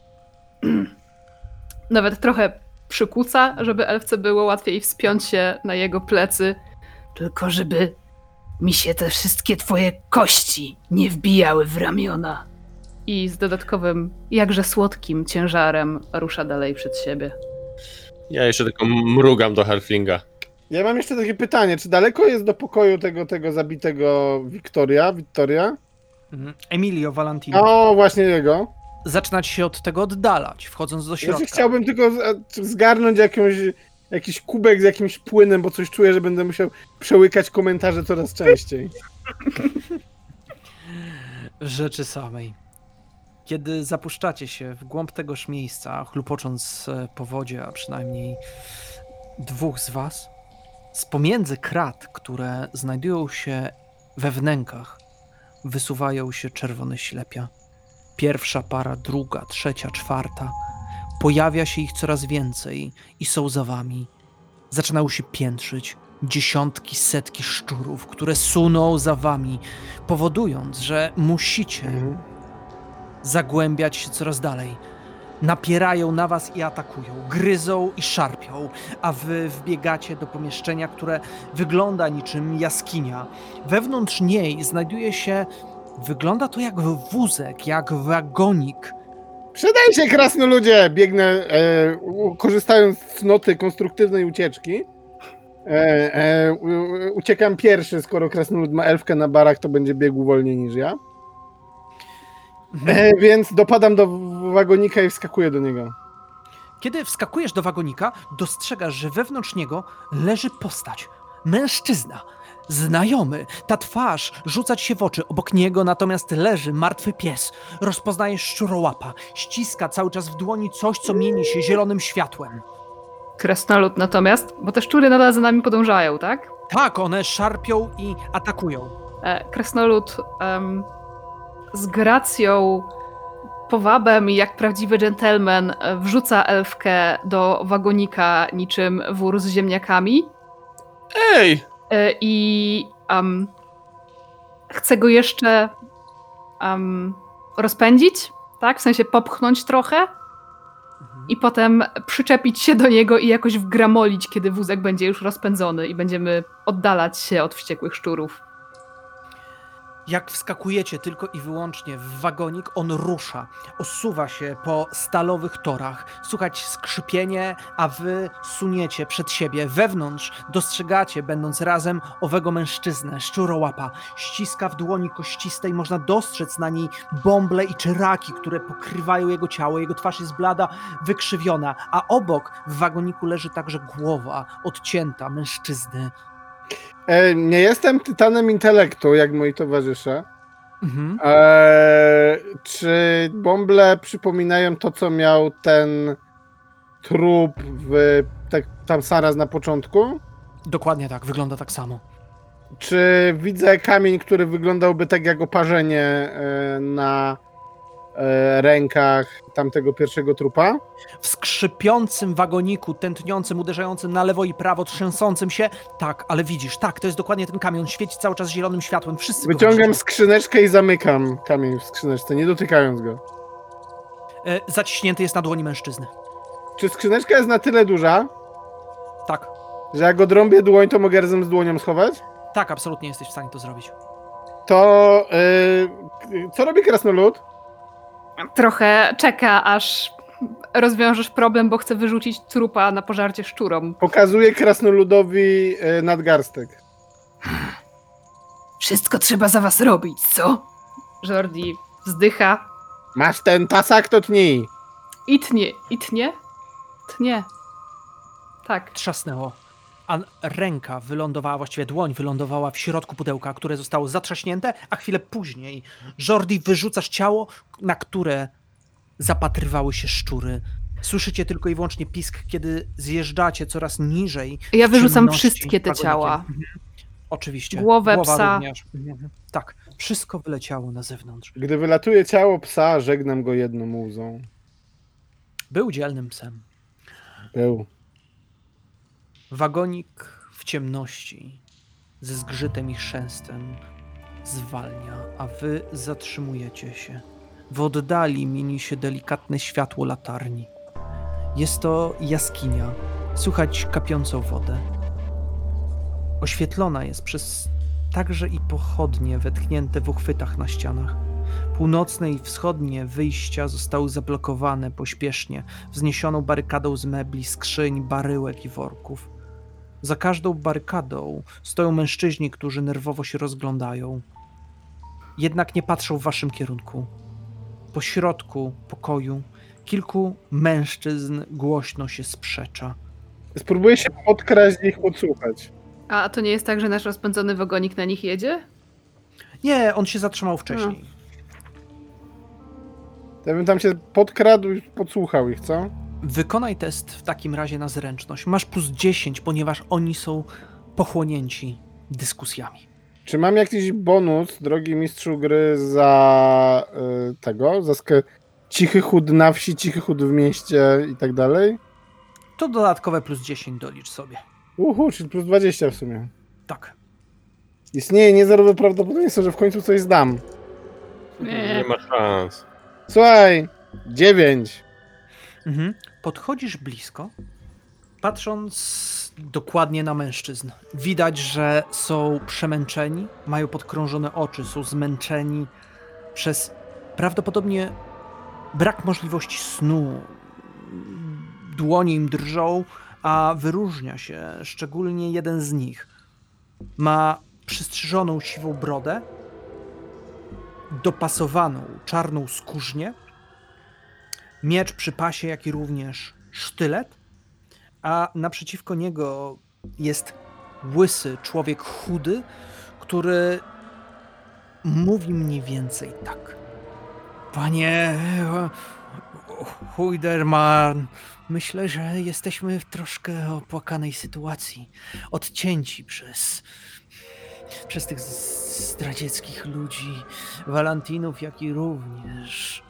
nawet trochę przykuca, żeby elfce było łatwiej wspiąć się na jego plecy. Tylko żeby mi się te wszystkie twoje kości nie wbijały w ramiona. I z dodatkowym, jakże słodkim ciężarem rusza dalej przed siebie. Ja jeszcze tylko mrugam do Halflinga. Ja mam jeszcze takie pytanie. Czy daleko jest do pokoju tego, tego zabitego Wiktoria? Wiktoria? Mhm. Emilio Valentino. O, właśnie jego. Zaczynać się od tego oddalać, wchodząc do środka. Znaczy, chciałbym tylko z- zgarnąć jakąś, jakiś kubek z jakimś płynem, bo coś czuję, że będę musiał przełykać komentarze coraz częściej. Rzeczy samej. Kiedy zapuszczacie się w głąb tegoż miejsca, chlupocząc e, po wodzie, a przynajmniej dwóch z was, z pomiędzy krat, które znajdują się we wnękach, wysuwają się czerwone ślepia. Pierwsza para, druga, trzecia, czwarta. Pojawia się ich coraz więcej i są za wami. Zaczynają się piętrzyć dziesiątki, setki szczurów, które suną za wami, powodując, że musicie Mhm. zagłębiać się coraz dalej. Napierają na was i atakują, gryzą i szarpią, a wy wbiegacie do pomieszczenia, które wygląda niczym jaskinia. Wewnątrz niej znajduje się, wygląda to jak wózek, jak wagonik. Przydaj się, krasnoludzie! Biegnę, e, u- korzystając z cnoty konstruktywnej ucieczki. E, e, u, u- uciekam pierwszy, skoro krasnolud ma elfkę na barach, to będzie biegł wolniej niż ja. E, więc dopadam do w- wagonika i wskakuję do niego. Kiedy wskakujesz do wagonika, dostrzegasz, że wewnątrz niego leży postać. Mężczyzna Znajomy, ta twarz rzuca ci się w oczy, obok niego natomiast leży martwy pies. Rozpoznajesz szczurołapa, ściska cały czas w dłoni coś, co mieni się zielonym światłem. Krasnolud natomiast, bo te szczury nadal za nami podążają, tak? Tak, one szarpią i atakują. E, Krasnolud em, z gracją, powabem i jak prawdziwy dżentelmen e, wrzuca elfkę do wagonika niczym wór z ziemniakami Ej! e, i em, chce go jeszcze em, rozpędzić, tak? W sensie popchnąć trochę i potem przyczepić się do niego i jakoś wgramolić, kiedy wózek będzie już rozpędzony i będziemy oddalać się od wściekłych szczurów. Jak wskakujecie tylko i wyłącznie w wagonik, on rusza, osuwa się po stalowych torach, słychać skrzypienie, a wy suniecie przed siebie. Wewnątrz dostrzegacie, będąc razem, owego mężczyznę, szczurołapa. Ściska w dłoni kościstej, można dostrzec na niej bąble i czyraki, które pokrywają jego ciało. Jego twarz jest blada, wykrzywiona, a obok w wagoniku leży także głowa odcięta mężczyzny. E, nie jestem tytanem intelektu, jak moi towarzysze. Mhm. E, czy bąble przypominają to, co miał ten trup w, tak, tam zaraz na początku? Dokładnie tak, wygląda tak samo. Czy widzę kamień, który wyglądałby tak jak oparzenie e, na e, rękach tamtego pierwszego trupa? W skrzypiącym wagoniku, tętniącym, uderzającym na lewo i prawo, trzęsącym się. Tak, ale widzisz, tak, to jest dokładnie ten kamień. On świeci cały czas zielonym światłem. Wszyscy go Wyciągam widzicie. skrzyneczkę i zamykam kamień w skrzyneczce, nie dotykając go. E, zaciśnięty jest na dłoni mężczyzny. Czy skrzyneczka jest na tyle duża, Tak, że jak odrąbię dłoń, to mogę razem z dłonią schować? tak, absolutnie jesteś w stanie to zrobić. To yy, co robi krasnolud? Trochę czeka, aż rozwiążesz problem, bo chce wyrzucić trupa na pożarcie szczurom. Pokazuje krasnoludowi yy, nadgarstek. Wszystko trzeba za was robić, co? Jordi wzdycha Masz ten tasak, to tnij. i tnie, i tnie? Tnie. Tak. Trzasnęło. A ręka wylądowała, właściwie dłoń wylądowała w środku pudełka, które zostało zatrzaśnięte, a chwilę później Jordi wyrzucasz ciało, na które zapatrywały się szczury. Słyszycie tylko i wyłącznie pisk, kiedy zjeżdżacie coraz niżej. Ja w wyrzucam ciemności wszystkie te wagonikiem. ciała. Mhm. Oczywiście. Głowę Głowa psa. również. Mhm. Tak, wszystko wyleciało na zewnątrz. Gdy wylatuje ciało psa, żegnam go jedną łzą. Był dzielnym psem. Był. Wagonik w ciemności, ze zgrzytem i chrzęstem zwalnia, a wy zatrzymujecie się. W oddali mieni się delikatne światło latarni. Jest to jaskinia, słychać kapiącą wodę. Oświetlona jest przez także i pochodnie wetknięte w uchwytach na ścianach. Północne i wschodnie wyjścia zostały zablokowane pośpiesznie, wzniesioną barykadą z mebli, skrzyń, baryłek i worków. Za każdą barykadą stoją mężczyźni, którzy nerwowo się rozglądają. Jednak nie patrzą w waszym kierunku. Po środku pokoju kilku mężczyzn głośno się sprzecza. Spróbuję się podkraść i ich podsłuchać. A to nie jest tak, że nasz rozpędzony wagonik na nich jedzie? Nie, on się zatrzymał wcześniej. Ja bym tam się podkradł i podsłuchał ich, co? Wykonaj test w takim razie na zręczność. Masz plus dziesięć, ponieważ oni są pochłonięci dyskusjami. Czy mam jakiś bonus, drogi mistrzu gry, za y, tego? Za sk- cichy chód na wsi, cichy chód w mieście i tak dalej? To dodatkowe plus dziesięć dolicz sobie. Uhu, czyli plus dwadzieścia w sumie. Tak. Istnieje niezerowe prawdopodobieństwo, że w końcu coś zdam. Nie. Nie ma szans. Słuchaj, dziewięć. Mhm. Podchodzisz blisko, patrząc dokładnie na mężczyzn. Widać, że są przemęczeni, mają podkrążone oczy, są zmęczeni przez prawdopodobnie brak możliwości snu. Dłonie im drżą, a wyróżnia się szczególnie jeden z nich. Ma przystrzyżoną siwą brodę, dopasowaną czarną skórznię, miecz przy pasie, jak i również sztylet, a naprzeciwko niego jest łysy człowiek chudy, który mówi mniej więcej tak. Panie Huiderman, myślę, że jesteśmy w troszkę opłakanej sytuacji. Odcięci przez, przez tych zdradzieckich ludzi, Walentinów, jak i również...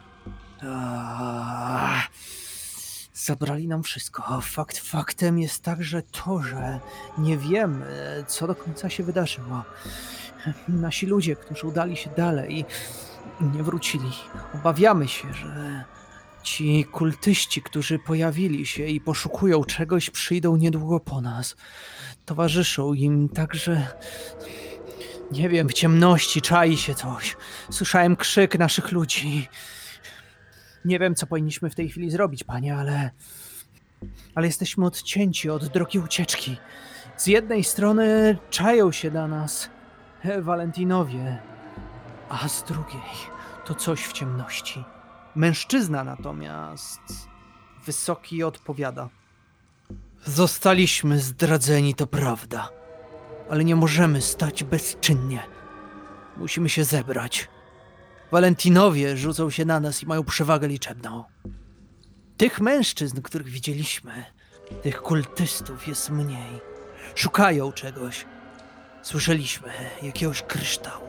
A, zabrali nam wszystko. Fakt faktem jest także to, że nie wiemy, co do końca się wydarzyło. Nasi ludzie, którzy udali się dalej, nie wrócili. Obawiamy się, że ci kultyści, którzy pojawili się i poszukują czegoś, przyjdą niedługo po nas. Towarzyszą im także... Nie wiem, w ciemności czai się coś. Słyszałem krzyk naszych ludzi. Nie wiem, co powinniśmy w tej chwili zrobić, panie, ale... Ale jesteśmy odcięci od drogi ucieczki. Z jednej strony czają się na nas Walentinowie, a z drugiej to coś w ciemności. Mężczyzna natomiast wysoki odpowiada. Zostaliśmy zdradzeni, to prawda, ale nie możemy stać bezczynnie. Musimy się zebrać. Walentinowie rzucą się na nas i mają przewagę liczebną. Tych mężczyzn, których widzieliśmy, tych kultystów jest mniej. Szukają czegoś. Słyszeliśmy jakiegoś kryształu.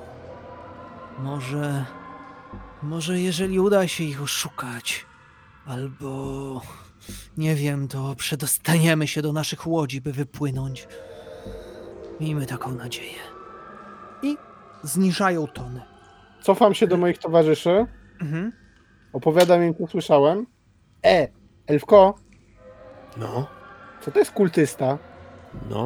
Może... Może jeżeli uda się ich oszukać, albo... Nie wiem, to przedostaniemy się do naszych łodzi, by wypłynąć. Miejmy taką nadzieję. I zniżają tony. Cofam się do moich towarzyszy. Mhm. Opowiadam im, co słyszałem. E, Elfko, No, co to jest kultysta? no.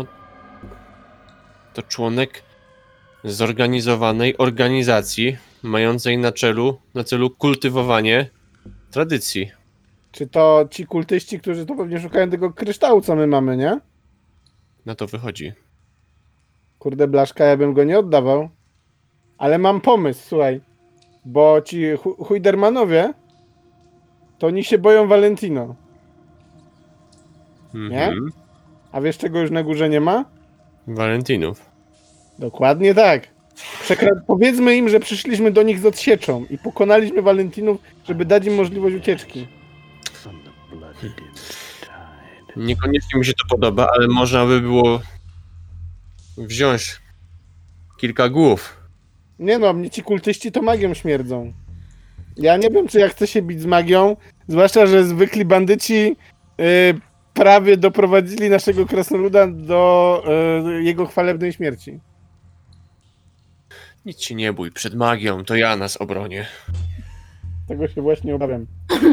To członek zorganizowanej organizacji mającej na czelu, na celu kultywowanie tradycji. Czy to ci kultyści, którzy tu pewnie szukają tego kryształu, co my mamy, nie? Na to wychodzi. Kurde, blaszka, ja bym go nie oddawał. Ale mam pomysł, słuchaj. Bo ci hu- Huidermanowie, to oni się boją Valentino. Nie? Mhm. A wiesz, czego już na górze nie ma? Walentinów. Dokładnie tak. Przekra- powiedzmy im, że przyszliśmy do nich z odsieczą i pokonaliśmy Valentinów, żeby dać im możliwość ucieczki. Niekoniecznie mi się to podoba, ale można by było wziąć kilka głów. Nie no, mnie ci kultyści to magią śmierdzą. Ja nie wiem, czy ja chcę się bić z magią, zwłaszcza, że zwykli bandyci yy, prawie doprowadzili naszego krasnoluda do yy, jego chwalebnej śmierci. Nic się nie bój, przed magią to ja nas obronię. Tego się właśnie obawiam.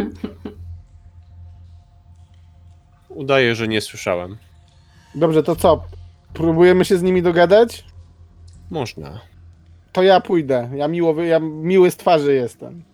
Udaję, że nie słyszałem. Dobrze, to co? Próbujemy się z nimi dogadać? Można. To ja pójdę. Ja, miło, ja miły z twarzy jestem.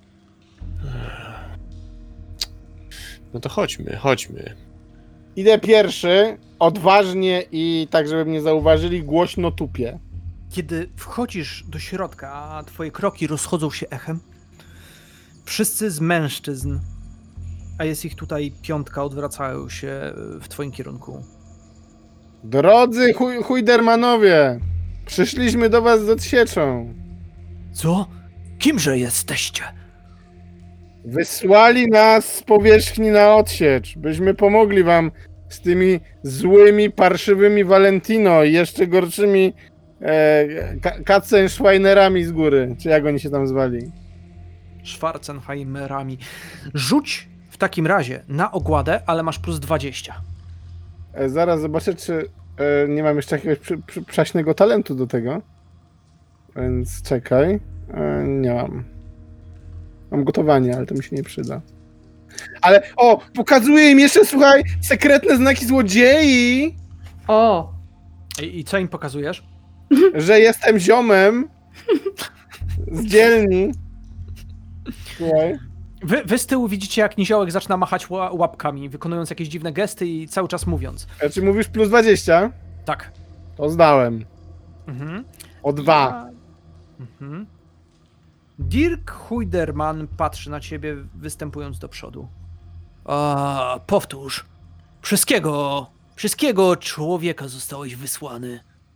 No to chodźmy, chodźmy. Idę pierwszy, odważnie i tak, żeby mnie zauważyli, głośno tupię. Kiedy wchodzisz do środka, a twoje kroki rozchodzą się echem, wszyscy z mężczyzn, a jest ich tutaj piątka, odwracają się w twoim kierunku. Drodzy chuj, Huidermanowie, przyszliśmy do was z odsieczą. Co? Kimże jesteście? Wysłali nas z powierzchni na odsiecz, byśmy pomogli wam z tymi złymi, parszywymi Valentino i jeszcze gorszymi e, ka- Katzenschweinerami z góry, czy jak oni się tam zwali. Schwarzenheimerami. Rzuć w takim razie na ogładę, ale masz plus dwadzieścia. E, zaraz zobaczę, czy e, nie mam jeszcze jakiegoś przy, przy, przaśnego talentu do tego. Więc czekaj. E, nie mam. Mam gotowanie, ale to mi się nie przyda. Ale, o, pokazuję im jeszcze, słuchaj, sekretne znaki złodziei, O! I, i co im pokazujesz? że jestem ziomem z dzielni. Słuchaj. Wy, wy z tyłu widzicie, jak niziołek zaczyna machać ła- łapkami, wykonując jakieś dziwne gesty i cały czas mówiąc. A czy mówisz plus dwadzieścia? Tak. To zdałem. Mhm. O dwa. Mhm. Dirk Huiderman patrzy na ciebie, występując do przodu. A, powtórz. Wszystkiego, wszystkiego człowieka zostałeś wysłany.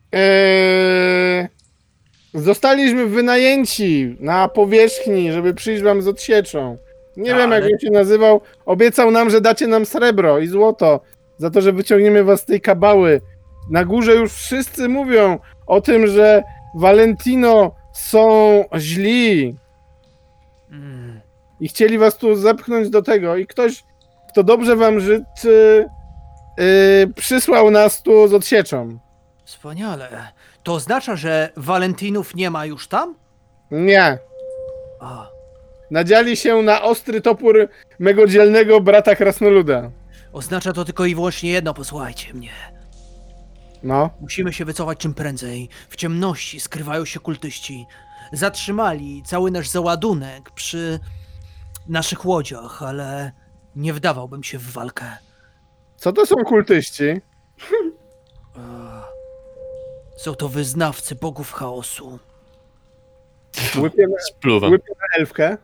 Eee, zostaliśmy wynajęci na powierzchni, żeby przyjść wam z odsieczą. Nie wiem, jak Ale- on się nazywał. Obiecał nam, że dacie nam srebro i złoto za to, że wyciągniemy was z tej kabały. Na górze już wszyscy mówią o tym, że Valentino są źli Mm. i chcieli was tu zepchnąć do tego. I ktoś, kto dobrze wam życzy, yy, przysłał nas tu z odsieczą. Wspaniale. To oznacza, że Walentinów nie ma już tam? Nie. A, Nadziali się na ostry topór mego dzielnego brata krasnoluda. oznacza to tylko i wyłącznie jedno, posłuchajcie mnie. No. Musimy się wycofać czym prędzej. W ciemności skrywają się kultyści. Zatrzymali cały nasz załadunek przy naszych łodziach, ale nie wdawałbym się w walkę. Co to są kultyści? Ech. Są to wyznawcy bogów chaosu. Łypiemy, Spluwam. łypiemy elfkę.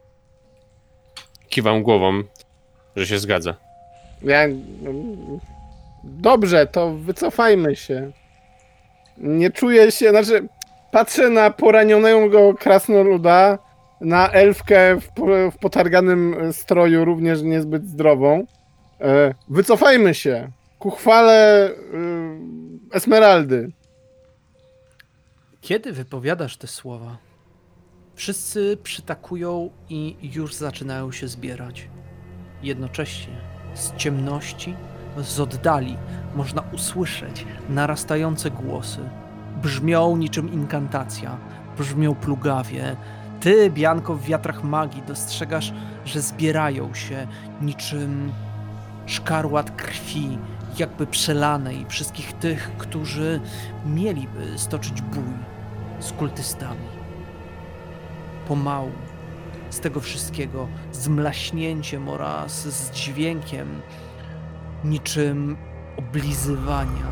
Kiwam głową, że się zgadza. Ja... Dobrze, to wycofajmy się. Nie czuję się, znaczy patrzę na poranionego krasnoluda, na elfkę w, po- w potarganym stroju, również niezbyt zdrową. E, Wycofajmy się ku chwale y, Esmeraldy. Kiedy wypowiadasz te słowa, wszyscy przytakują i już zaczynają się zbierać. Jednocześnie z ciemności, z oddali można usłyszeć narastające głosy. Brzmią niczym inkantacja, brzmią plugawie. Ty, Bianko, w wiatrach magii dostrzegasz, że zbierają się niczym szkarłat krwi, jakby przelanej wszystkich tych, którzy mieliby stoczyć bój z kultystami. Pomału z tego wszystkiego, z mlaśnięciem oraz z dźwiękiem niczym oblizywania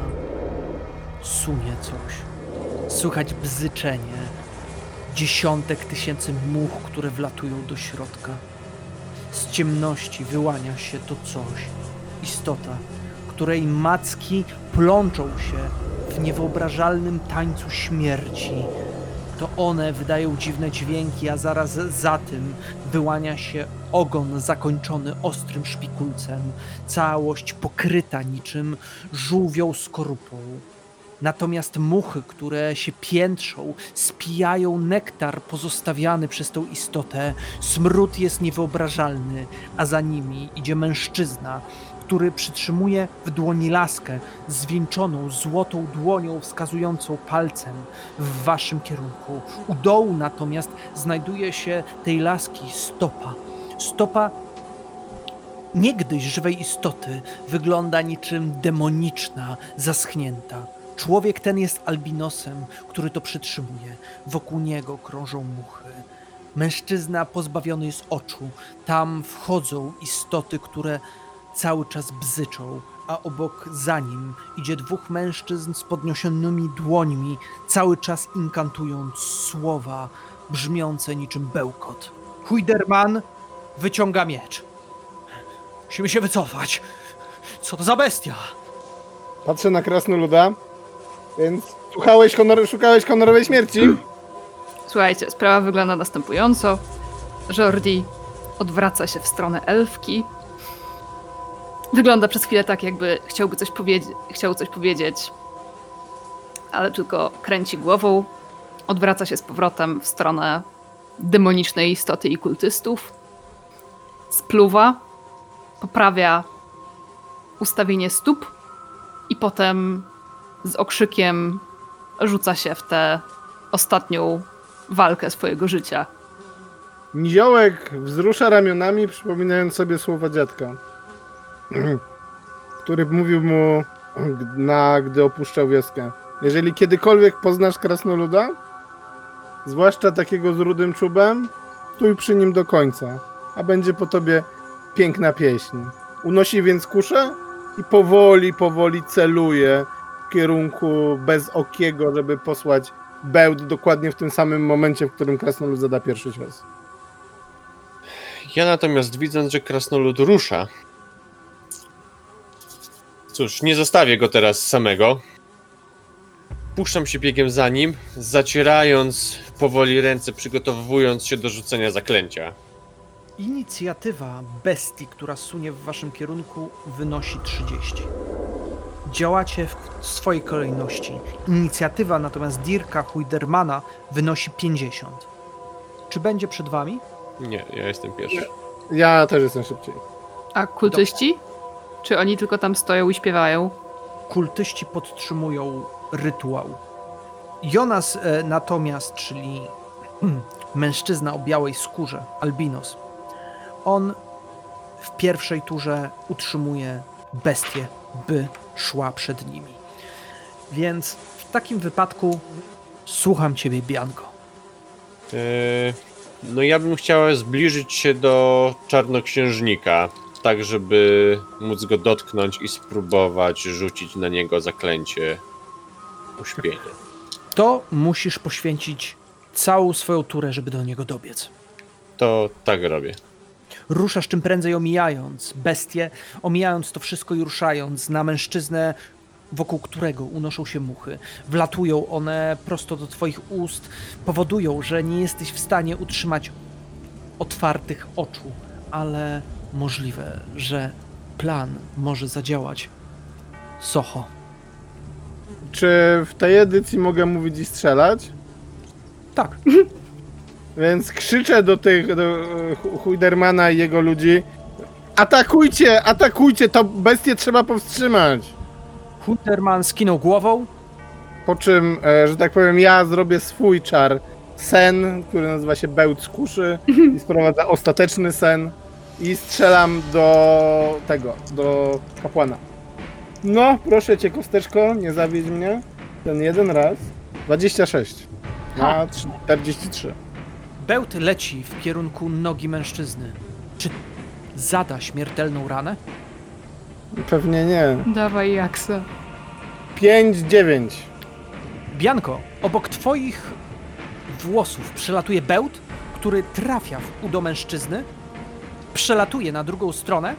sunie coś. Słychać bzyczenie dziesiątek tysięcy much, które wlatują do środka. Z ciemności wyłania się to coś, istota, której macki plączą się w niewyobrażalnym tańcu śmierci. To one wydają dziwne dźwięki, a zaraz za tym wyłania się ogon zakończony ostrym szpikulcem, całość pokryta niczym żółwią skorupą. Natomiast muchy, które się piętrzą, spijają nektar pozostawiany przez tą istotę. Smród jest niewyobrażalny, a za nimi idzie mężczyzna, który przytrzymuje w dłoni laskę zwieńczoną złotą dłonią wskazującą palcem w waszym kierunku. U dołu natomiast znajduje się tej laski stopa. Stopa niegdyś żywej istoty wygląda niczym demoniczna, zaschnięta. Człowiek ten jest albinosem, który to przytrzymuje. Wokół niego krążą muchy. Mężczyzna pozbawiony jest oczu. Tam wchodzą istoty, które cały czas bzyczą, a obok za nim idzie dwóch mężczyzn z podniesionymi dłońmi, cały czas inkantując słowa brzmiące niczym bełkot. Huiderman wyciąga miecz. Musimy się wycofać. Co to za bestia? Patrzę na krasnoluda, więc słuchałeś honor, szukałeś honorowej śmierci? Słuchajcie, sprawa wygląda następująco. Jordi odwraca się w stronę elfki. Wygląda przez chwilę tak, jakby chciałby coś powiedzieć, chciał coś powiedzieć, ale tylko kręci głową. Odwraca się z powrotem w stronę demonicznej istoty i kultystów. Spluwa, poprawia ustawienie stóp i potem z okrzykiem rzuca się w tę ostatnią walkę swojego życia. Niziołek wzrusza ramionami, przypominając sobie słowa dziadka, który mówił mu, na, gdy opuszczał wioskę. Jeżeli kiedykolwiek poznasz krasnoluda, zwłaszcza takiego z rudym czubem, stój przy nim do końca, a będzie po tobie piękna pieśń. Unosi więc kuszę i powoli, powoli celuje w kierunku bezokiego, żeby posłać bełt dokładnie w tym samym momencie, w którym krasnolud zada pierwszy cios. Ja natomiast widząc, że krasnolud rusza, cóż, nie zostawię go teraz samego. puszczam się biegiem za nim, zacierając powoli ręce, przygotowując się do rzucenia zaklęcia. Inicjatywa bestii, która sunie w waszym kierunku, wynosi trzydzieści. Działacie w swojej kolejności. Inicjatywa natomiast Dirka Huidermana wynosi pięćdziesiąt. Czy będzie przed wami? Nie, ja jestem pierwszy. Ja też jestem szybciej. A kultyści? Czy oni tylko tam stoją i śpiewają? Kultyści podtrzymują rytuał. Jonas e, natomiast, czyli hmm, mężczyzna o białej skórze, albinos, on w pierwszej turze utrzymuje bestię, by szła przed nimi. Więc w takim wypadku słucham ciebie, Bianko. Eee, no ja bym chciała zbliżyć się do czarnoksiężnika, tak żeby móc go dotknąć i spróbować rzucić na niego zaklęcie uśpienia. To musisz poświęcić całą swoją turę, żeby do niego dobiec. To tak robię. Ruszasz czym prędzej, omijając bestię, omijając to wszystko i ruszając na mężczyznę, wokół którego unoszą się muchy. Wlatują one prosto do twoich ust, powodują, że nie jesteś w stanie utrzymać otwartych oczu, ale możliwe, że plan może zadziałać. Soho. Czy w tej edycji mogę mówić i strzelać? Tak. Więc krzyczę do tych, do Hu- Huidermana i jego ludzi: atakujcie, atakujcie, to bestię trzeba powstrzymać. Hunterman skinął głową. Po czym, e, że tak powiem, ja zrobię swój czar, sen, który nazywa się Bełt z kuszy i sprowadza ostateczny sen i strzelam do tego, do kapłana. No, proszę cię, kosteczko, nie zawiedź mnie. Ten jeden raz. dwadzieścia sześć na czterdzieści trzy. Bełt leci w kierunku nogi mężczyzny. Czy zada śmiertelną ranę? Pewnie nie. Dawaj, Jaksa. pięć dziewięć. Bianko, obok twoich włosów przelatuje bełt, który trafia w udo mężczyzny, przelatuje na drugą stronę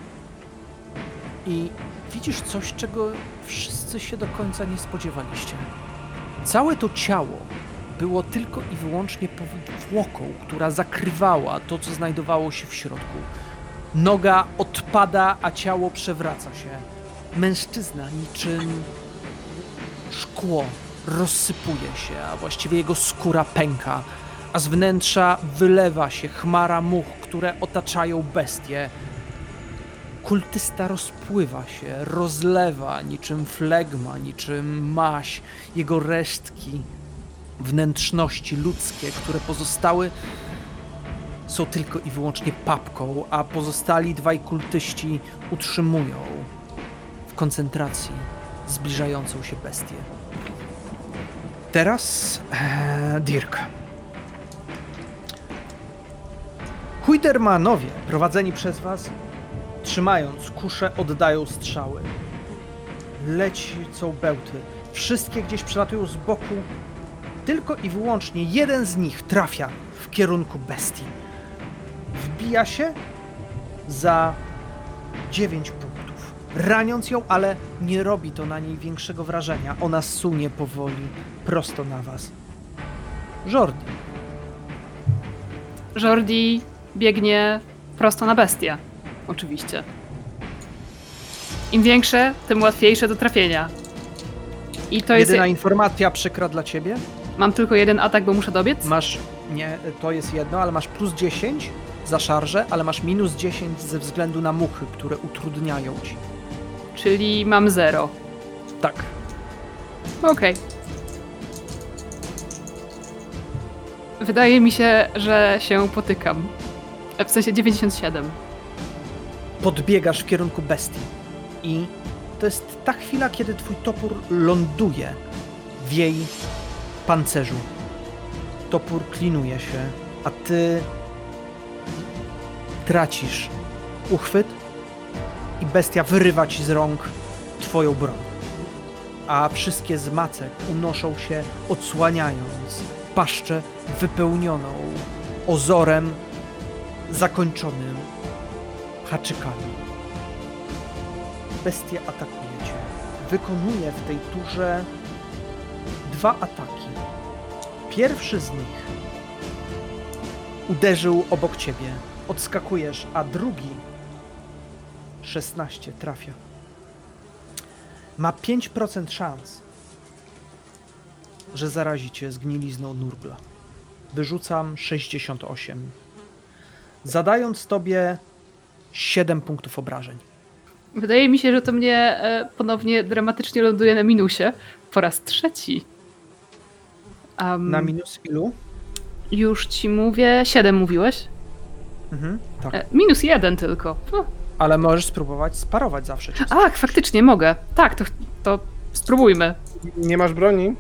i widzisz coś, czego wszyscy się do końca nie spodziewaliście. Całe to ciało było tylko i wyłącznie powłoką, która zakrywała to, co znajdowało się w środku. Noga odpada, a ciało przewraca się. Mężczyzna niczym szkło rozsypuje się, a właściwie jego skóra pęka, a z wnętrza wylewa się chmara much, które otaczają bestię. Kultysta rozpływa się, rozlewa niczym flegma, niczym maź. Jego resztki, wnętrzności ludzkie, które pozostały, są tylko i wyłącznie papką, a pozostali dwaj kultyści utrzymują w koncentracji zbliżającą się bestię. Teraz ee, Dirk. Huidermanowie, prowadzeni przez was, trzymając kusze, oddają strzały. Lecą bełty. Wszystkie gdzieś przelatują z boku. Tylko i wyłącznie jeden z nich trafia w kierunku bestii. Wbija się za dziewięć punktów, raniąc ją, ale nie robi to na niej większego wrażenia. Ona sunie powoli prosto na was. Jordi. Jordi biegnie prosto na bestię. Oczywiście. Im większe, tym łatwiejsze do trafienia. I to jest... Jedyna informacja przykra dla ciebie. Mam tylko jeden atak, bo muszę dobiec? Masz, nie, to jest jedno, ale masz plus dziesięć za szarżę, ale masz minus dziesięć ze względu na muchy, które utrudniają ci. Czyli mam zero. Tak. Okej. Wydaje mi się, że się potykam. W sensie dziewięćdziesiąt siedem. Podbiegasz w kierunku bestii i to jest ta chwila, kiedy twój topór ląduje w jej pancerzu. Topór klinuje się, a ty tracisz uchwyt i bestia wyrywa ci z rąk twoją broń. A wszystkie z macek unoszą się, odsłaniając paszczę wypełnioną ozorem zakończonym haczykami. Bestia atakuje cię. Wykonuje w tej turze dwa ataki. Pierwszy z nich uderzył obok ciebie, odskakujesz, a drugi szesnaście trafia. Ma pięć procent szans, że zarazi cię zgnilizną Nurgla. Wyrzucam sześćdziesiąt osiem, zadając tobie siedem punktów obrażeń. Wydaje mi się, że to mnie e, ponownie dramatycznie ląduje na minusie. Po raz trzeci. Um, Na minus ilu? Już ci mówię, siedem mówiłeś? Mhm, tak. E, minus jeden tylko. O. Ale możesz spróbować sparować zawsze. cios. Ach, faktycznie mogę. Tak, to, to spróbujmy. Nie masz broni?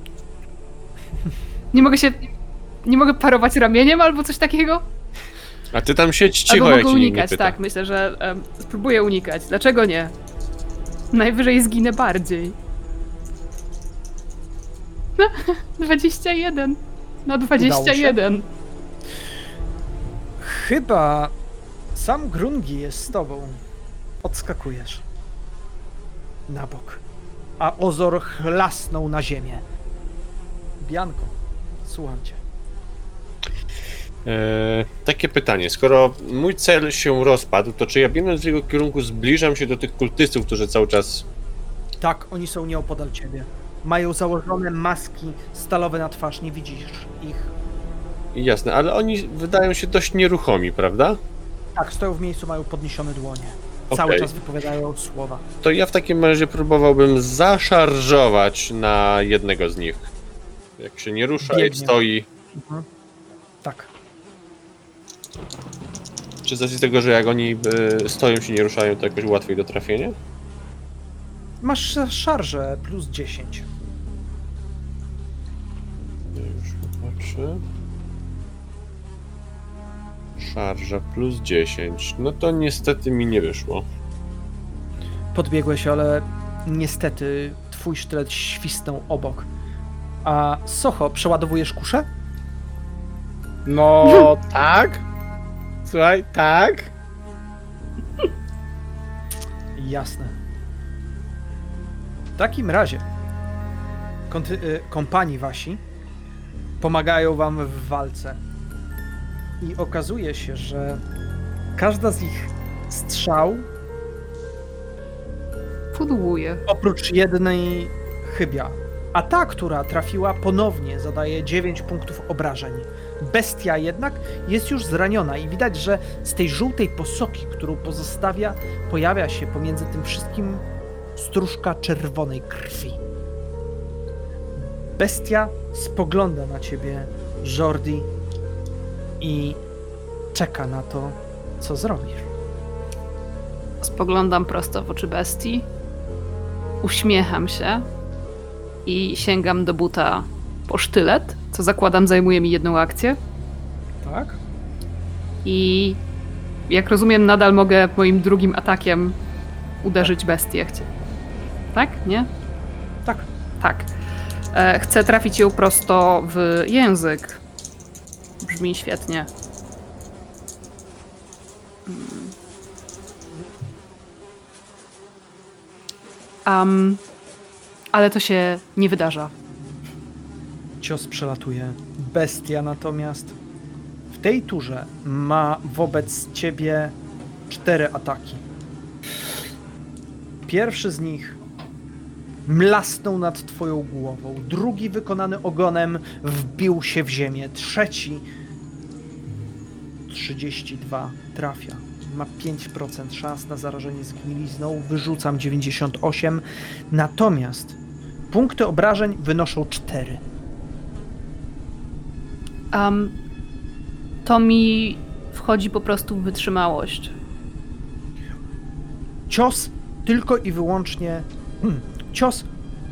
Nie mogę się... Nie mogę parować ramieniem albo coś takiego? A ty tam siedź cicho, Albo jak mogę cię nikt nie unikać, pyta. tak. Myślę, że em, spróbuję unikać. Dlaczego nie? Najwyżej zginę bardziej. dwadzieścia jeden na dwadzieścia jeden. Chyba sam Grungi jest z tobą. Odskakujesz na bok, a Ozor chlasnął na ziemię. Bianko, słucham cię. Eee, takie pytanie, skoro mój cel się rozpadł, to czy ja biegnąc w jego kierunku zbliżam się do tych kultystów, którzy cały czas... Tak, oni są nieopodal ciebie. Mają założone maski stalowe na twarz, nie widzisz ich. Jasne, ale oni wydają się dość nieruchomi, prawda? Tak, stoją w miejscu, mają podniesione dłonie. Okej. Cały czas wypowiadają słowa. To ja w takim razie próbowałbym zaszarżować na jednego z nich. Jak się nie rusza i Biegnie. stoi. Mhm. Tak. Czy z racji tego, że jak oni y, stoją się nie ruszają, to jakoś łatwiej do trafienia? Masz szarżę plus dziesięć. Ja już popatrzę. Szarża plus dziesięć. No to niestety mi nie wyszło. Podbiegłeś, ale niestety twój sztylet świsnął obok. A Socho, przeładowujesz kuszę? No tak. Słuchaj, tak. Jasne. W takim razie konty- y, kompanii wasi pomagają wam w walce. I okazuje się, że każda z ich strzał, Pudłuję. oprócz jednej, chybia. A ta, która trafiła, ponownie zadaje dziewięć punktów obrażeń. Bestia jednak jest już zraniona i widać, że z tej żółtej posoki, którą pozostawia, pojawia się pomiędzy tym wszystkim stróżka czerwonej krwi. Bestia spogląda na ciebie, Jordi, i czeka na to, co zrobisz. Spoglądam prosto w oczy bestii, uśmiecham się i sięgam do buta po sztylet, co zakładam zajmuje mi jedną akcję. Tak? I jak rozumiem, nadal mogę moim drugim atakiem uderzyć bestię. Chcie. Tak? Nie? Tak. Tak. E, chcę trafić ją prosto w język. Brzmi świetnie. Um, ale to się nie wydarza. Cios przelatuje. Bestia natomiast w tej turze ma wobec ciebie cztery ataki. Pierwszy z nich mlasnął nad twoją głową. Drugi, wykonany ogonem, wbił się w ziemię. Trzeci trzydzieści dwa trafia. Ma pięć procent szans na zarażenie zgnilizną. Wyrzucam dziewięćdziesiąt osiem. Natomiast punkty obrażeń wynoszą cztery. Um, to mi wchodzi po prostu w wytrzymałość. Cios tylko i wyłącznie... Hmm, cios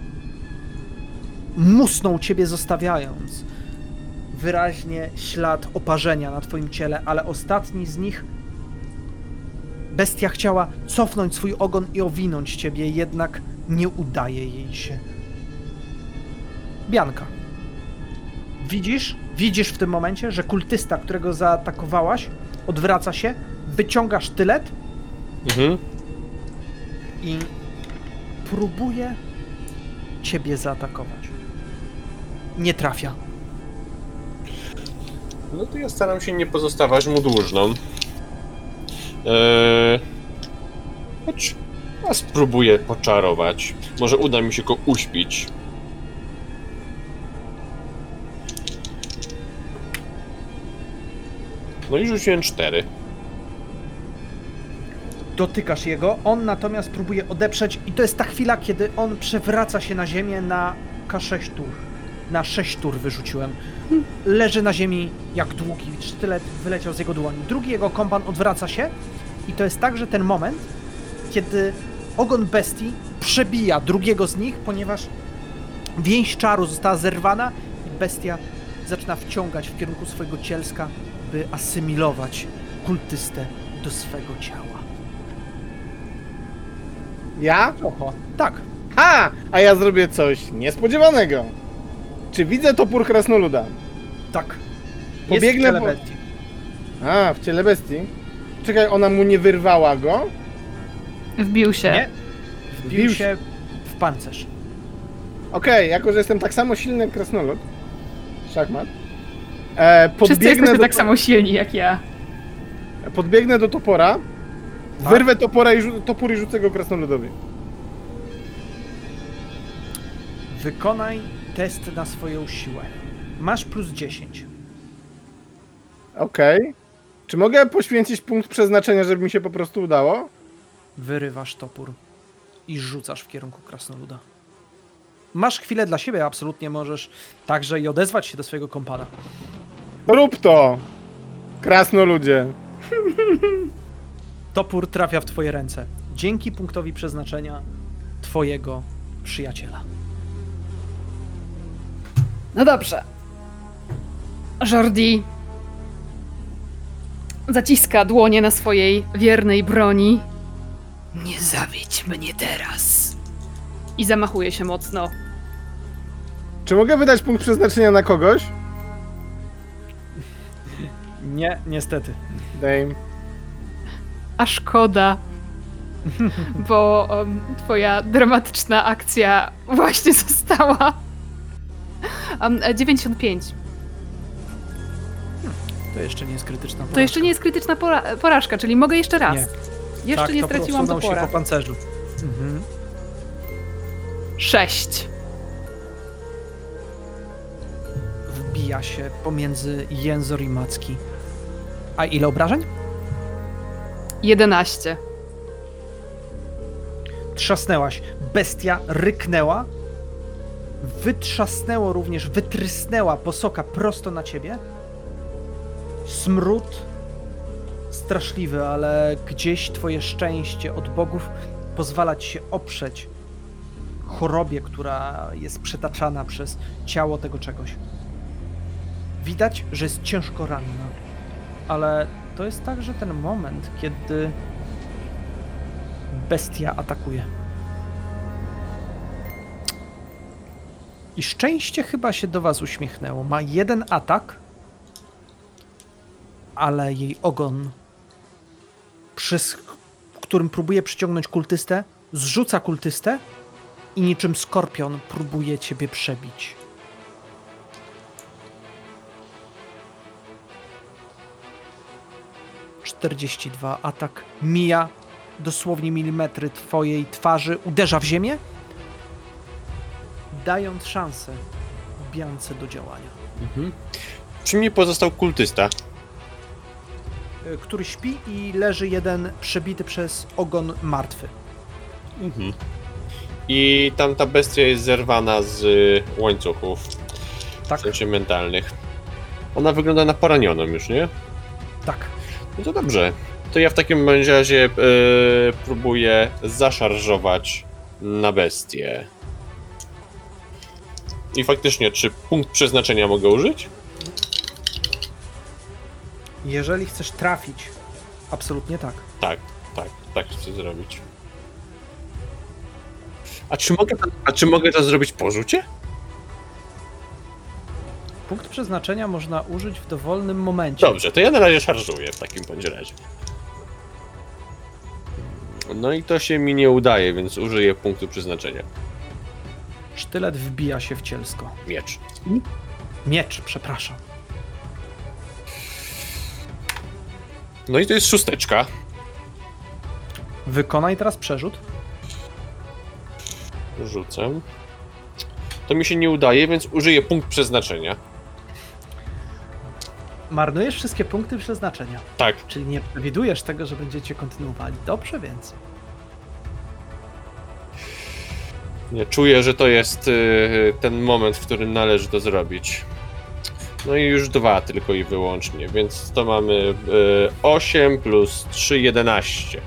musnął ciebie, zostawiając wyraźnie ślad oparzenia na twoim ciele, ale ostatni z nich, bestia chciała cofnąć swój ogon i owinąć ciebie, jednak nie udaje jej się. Bianka. Widzisz? Widzisz w tym momencie, że kultysta, którego zaatakowałaś, odwraca się, wyciąga sztylet Mhm. i próbuje ciebie zaatakować. Nie trafia. No to ja staram się nie pozostawać mu dłużną. Eee... Choć... A spróbuję poczarować. Może uda mi się go uśpić. No i rzuciłem cztery. Dotykasz jego, on natomiast próbuje odeprzeć i to jest ta chwila, kiedy on przewraca się na ziemię na K sześć tur. Na sześć tur wyrzuciłem. Leży na ziemi jak długi sztylet wyleciał z jego dłoni. Drugi jego kompan odwraca się i to jest także ten moment, kiedy ogon bestii przebija drugiego z nich, ponieważ więź czaru została zerwana i bestia zaczyna wciągać w kierunku swojego cielska, by asymilować kultystę do swego ciała. Ja? Oho, tak. Ha! A ja zrobię coś niespodziewanego. Czy widzę topór krasnoluda? Tak. Pobiegnę Jest w ciele po- bestii. A, w ciele bestii. Czekaj, ona mu nie wyrwała go? Wbił się. Nie. Wbił Wbił się w pancerz. Okej, jako że jestem tak samo silny jak krasnolud, szachmat, e, Wszyscy podbiegnę, jesteśmy do, tak samo silni jak ja. podbiegnę do topora, Tak. wyrwę topora i rzu- topór i rzucę go krasnoludowi. Wykonaj test na swoją siłę. Masz plus dziesięć. Okej. Czy mogę poświęcić punkt przeznaczenia, żeby mi się po prostu udało? Wyrywasz topór i rzucasz w kierunku krasnoluda. Masz chwilę dla siebie, absolutnie możesz także i odezwać się do swojego kompana. Rób to! Krasnoludzie. Topór trafia w twoje ręce. Dzięki punktowi przeznaczenia twojego przyjaciela. No dobrze. Jordi zaciska dłonie na swojej wiernej broni Nie zawiedź mnie teraz. i zamachuje się mocno. Czy mogę wydać punkt przeznaczenia na kogoś? Nie, niestety. Dame. A szkoda, bo um, twoja dramatyczna akcja właśnie została. Um, dziewięćdziesiąt pięć. To jeszcze nie jest krytyczna To jeszcze nie jest krytyczna pora- porażka, czyli mogę jeszcze raz. Nie. Jeszcze tak, nie to straciłam posunął się topora. po pancerzu. Mhm. Sześć. Wbija się pomiędzy jęzor i macki. A ile obrażeń? Jedenaście. Trzasnęłaś. Bestia ryknęła. Wytrzasnęło również, wytrysnęła posoka prosto na ciebie. Smród straszliwy, ale gdzieś twoje szczęście od bogów pozwala ci się oprzeć chorobie, która jest przetaczana przez ciało tego czegoś. Widać, że jest ciężko ranna, ale to jest także ten moment, kiedy bestia atakuje. I szczęście chyba się do was uśmiechnęło. Ma jeden atak, ale jej ogon, przez którym próbuje przyciągnąć kultystę, zrzuca kultystę i niczym skorpion próbuje ciebie przebić. czterdzieści dwa atak mija dosłownie milimetry twojej twarzy, uderza w ziemię, dając szansę Biance do działania. Mhm. Przy mnie pozostał kultysta. Y, który śpi i leży jeden przebity przez ogon martwy. Mhm. I tamta bestia jest zerwana z y, łańcuchów, Tak, w sensie mentalnych. Ona wygląda na poranioną już, nie? tak. No to dobrze. To ja w takim bądź razie y, próbuję zaszarżować na bestię. I faktycznie, czy punkt przeznaczenia mogę użyć? Jeżeli chcesz trafić, absolutnie tak. Tak, tak, tak chcę zrobić. A czy mogę, a czy mogę to zrobić po rzucie? Punkt przeznaczenia można użyć w dowolnym momencie. Dobrze, to ja na razie szarżuję w takim bądź razie. No i to się mi nie udaje, więc użyję punktu przeznaczenia. Sztylet wbija się w cielsko. Miecz. Miecz, przepraszam. No i to jest szósteczka. Wykonaj teraz przerzut. Rzucę. To mi się nie udaje, więc użyję punkt przeznaczenia. Marnujesz wszystkie punkty przeznaczenia. Tak. Czyli nie przewidujesz tego, że będziecie kontynuowali. Dobrze więc. Nie, czuję, że to jest y, ten moment, w którym należy to zrobić. No i już dwa tylko i wyłącznie, więc to mamy y, osiem plus trzy, jedenaście.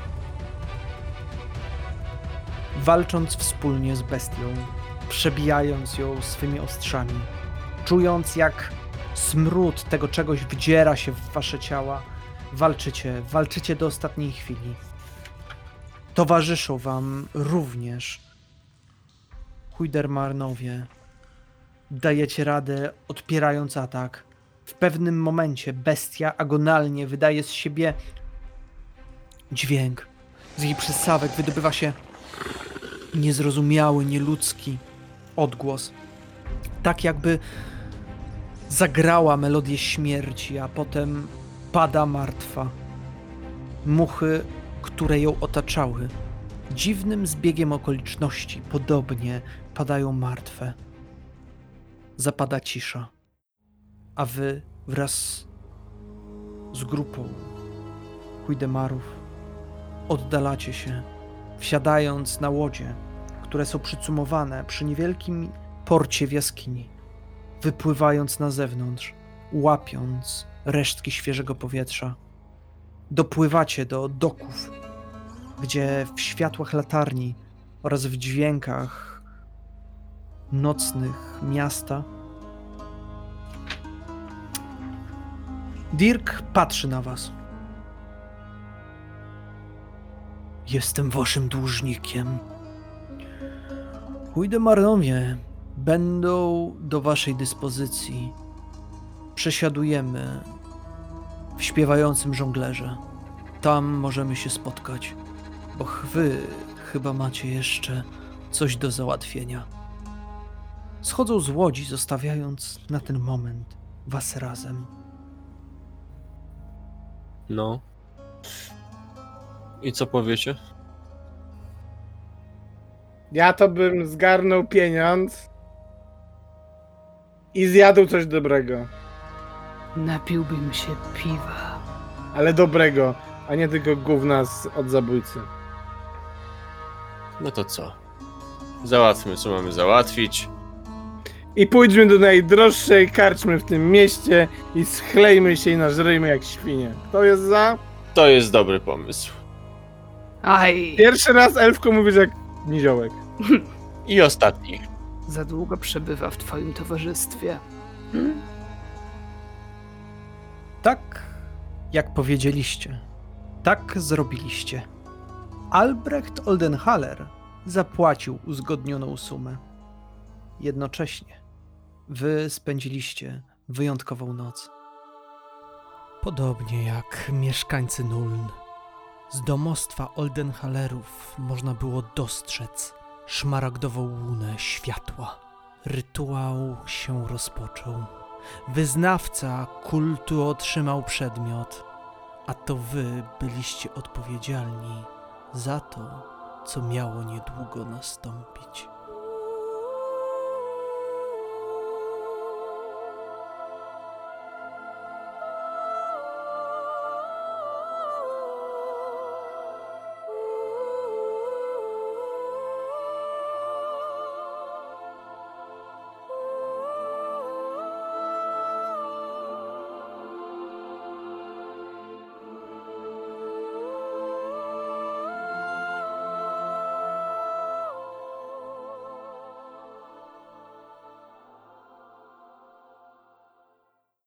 Walcząc wspólnie z bestią, przebijając ją swymi ostrzami, czując jak smród tego czegoś wdziera się w wasze ciała, walczycie, walczycie do ostatniej chwili. Towarzyszą wam również Hujdermarnowie. Dajecie radę, odpierając atak. W pewnym momencie bestia agonalnie wydaje z siebie dźwięk. Z jej przysawek wydobywa się niezrozumiały, nieludzki odgłos. Tak jakby zagrała melodię śmierci, a potem pada martwa. Muchy, które ją otaczały, dziwnym zbiegiem okoliczności podobnie padają martwe. Zapada cisza, a wy wraz z grupą Hujdemarów oddalacie się, wsiadając na łodzie, które są przycumowane przy niewielkim porcie w jaskini, wypływając na zewnątrz, łapiąc resztki świeżego powietrza. Dopływacie do doków, gdzie w światłach latarni oraz w dźwiękach nocnych miasta Dirk patrzy na was. Jestem waszym dłużnikiem. Hujdemarnowie będą do waszej dyspozycji. Przesiadujemy w śpiewającym żonglerze. Tam możemy się spotkać, bo wy chyba macie jeszcze coś do załatwienia. Schodzą z łodzi, zostawiając na ten moment was razem. No. I co powiecie? Ja to bym zgarnął pieniądz i zjadł coś dobrego. Napiłbym się piwa. Ale dobrego, a nie tylko gówna z, od zabójcy. No to co? Załatwmy, co mamy załatwić. I pójdźmy do najdroższej karczmy w tym mieście i schlejmy się i nażrejmy jak świnie. Kto jest za? To jest dobry pomysł. Aj, Pierwszy raz elfko mówisz jak niziołek. I ostatni. za długo przebywa w twoim towarzystwie. Hmm? Tak, jak powiedzieliście, tak zrobiliście. Albrecht Oldenhaler zapłacił uzgodnioną sumę. Jednocześnie wy spędziliście wyjątkową noc. Podobnie jak mieszkańcy Nuln, z domostwa Oldenhalerów można było dostrzec szmaragdową łunę światła. Rytuał się rozpoczął. Wyznawca kultu otrzymał przedmiot, a to wy byliście odpowiedzialni za to, co miało niedługo nastąpić.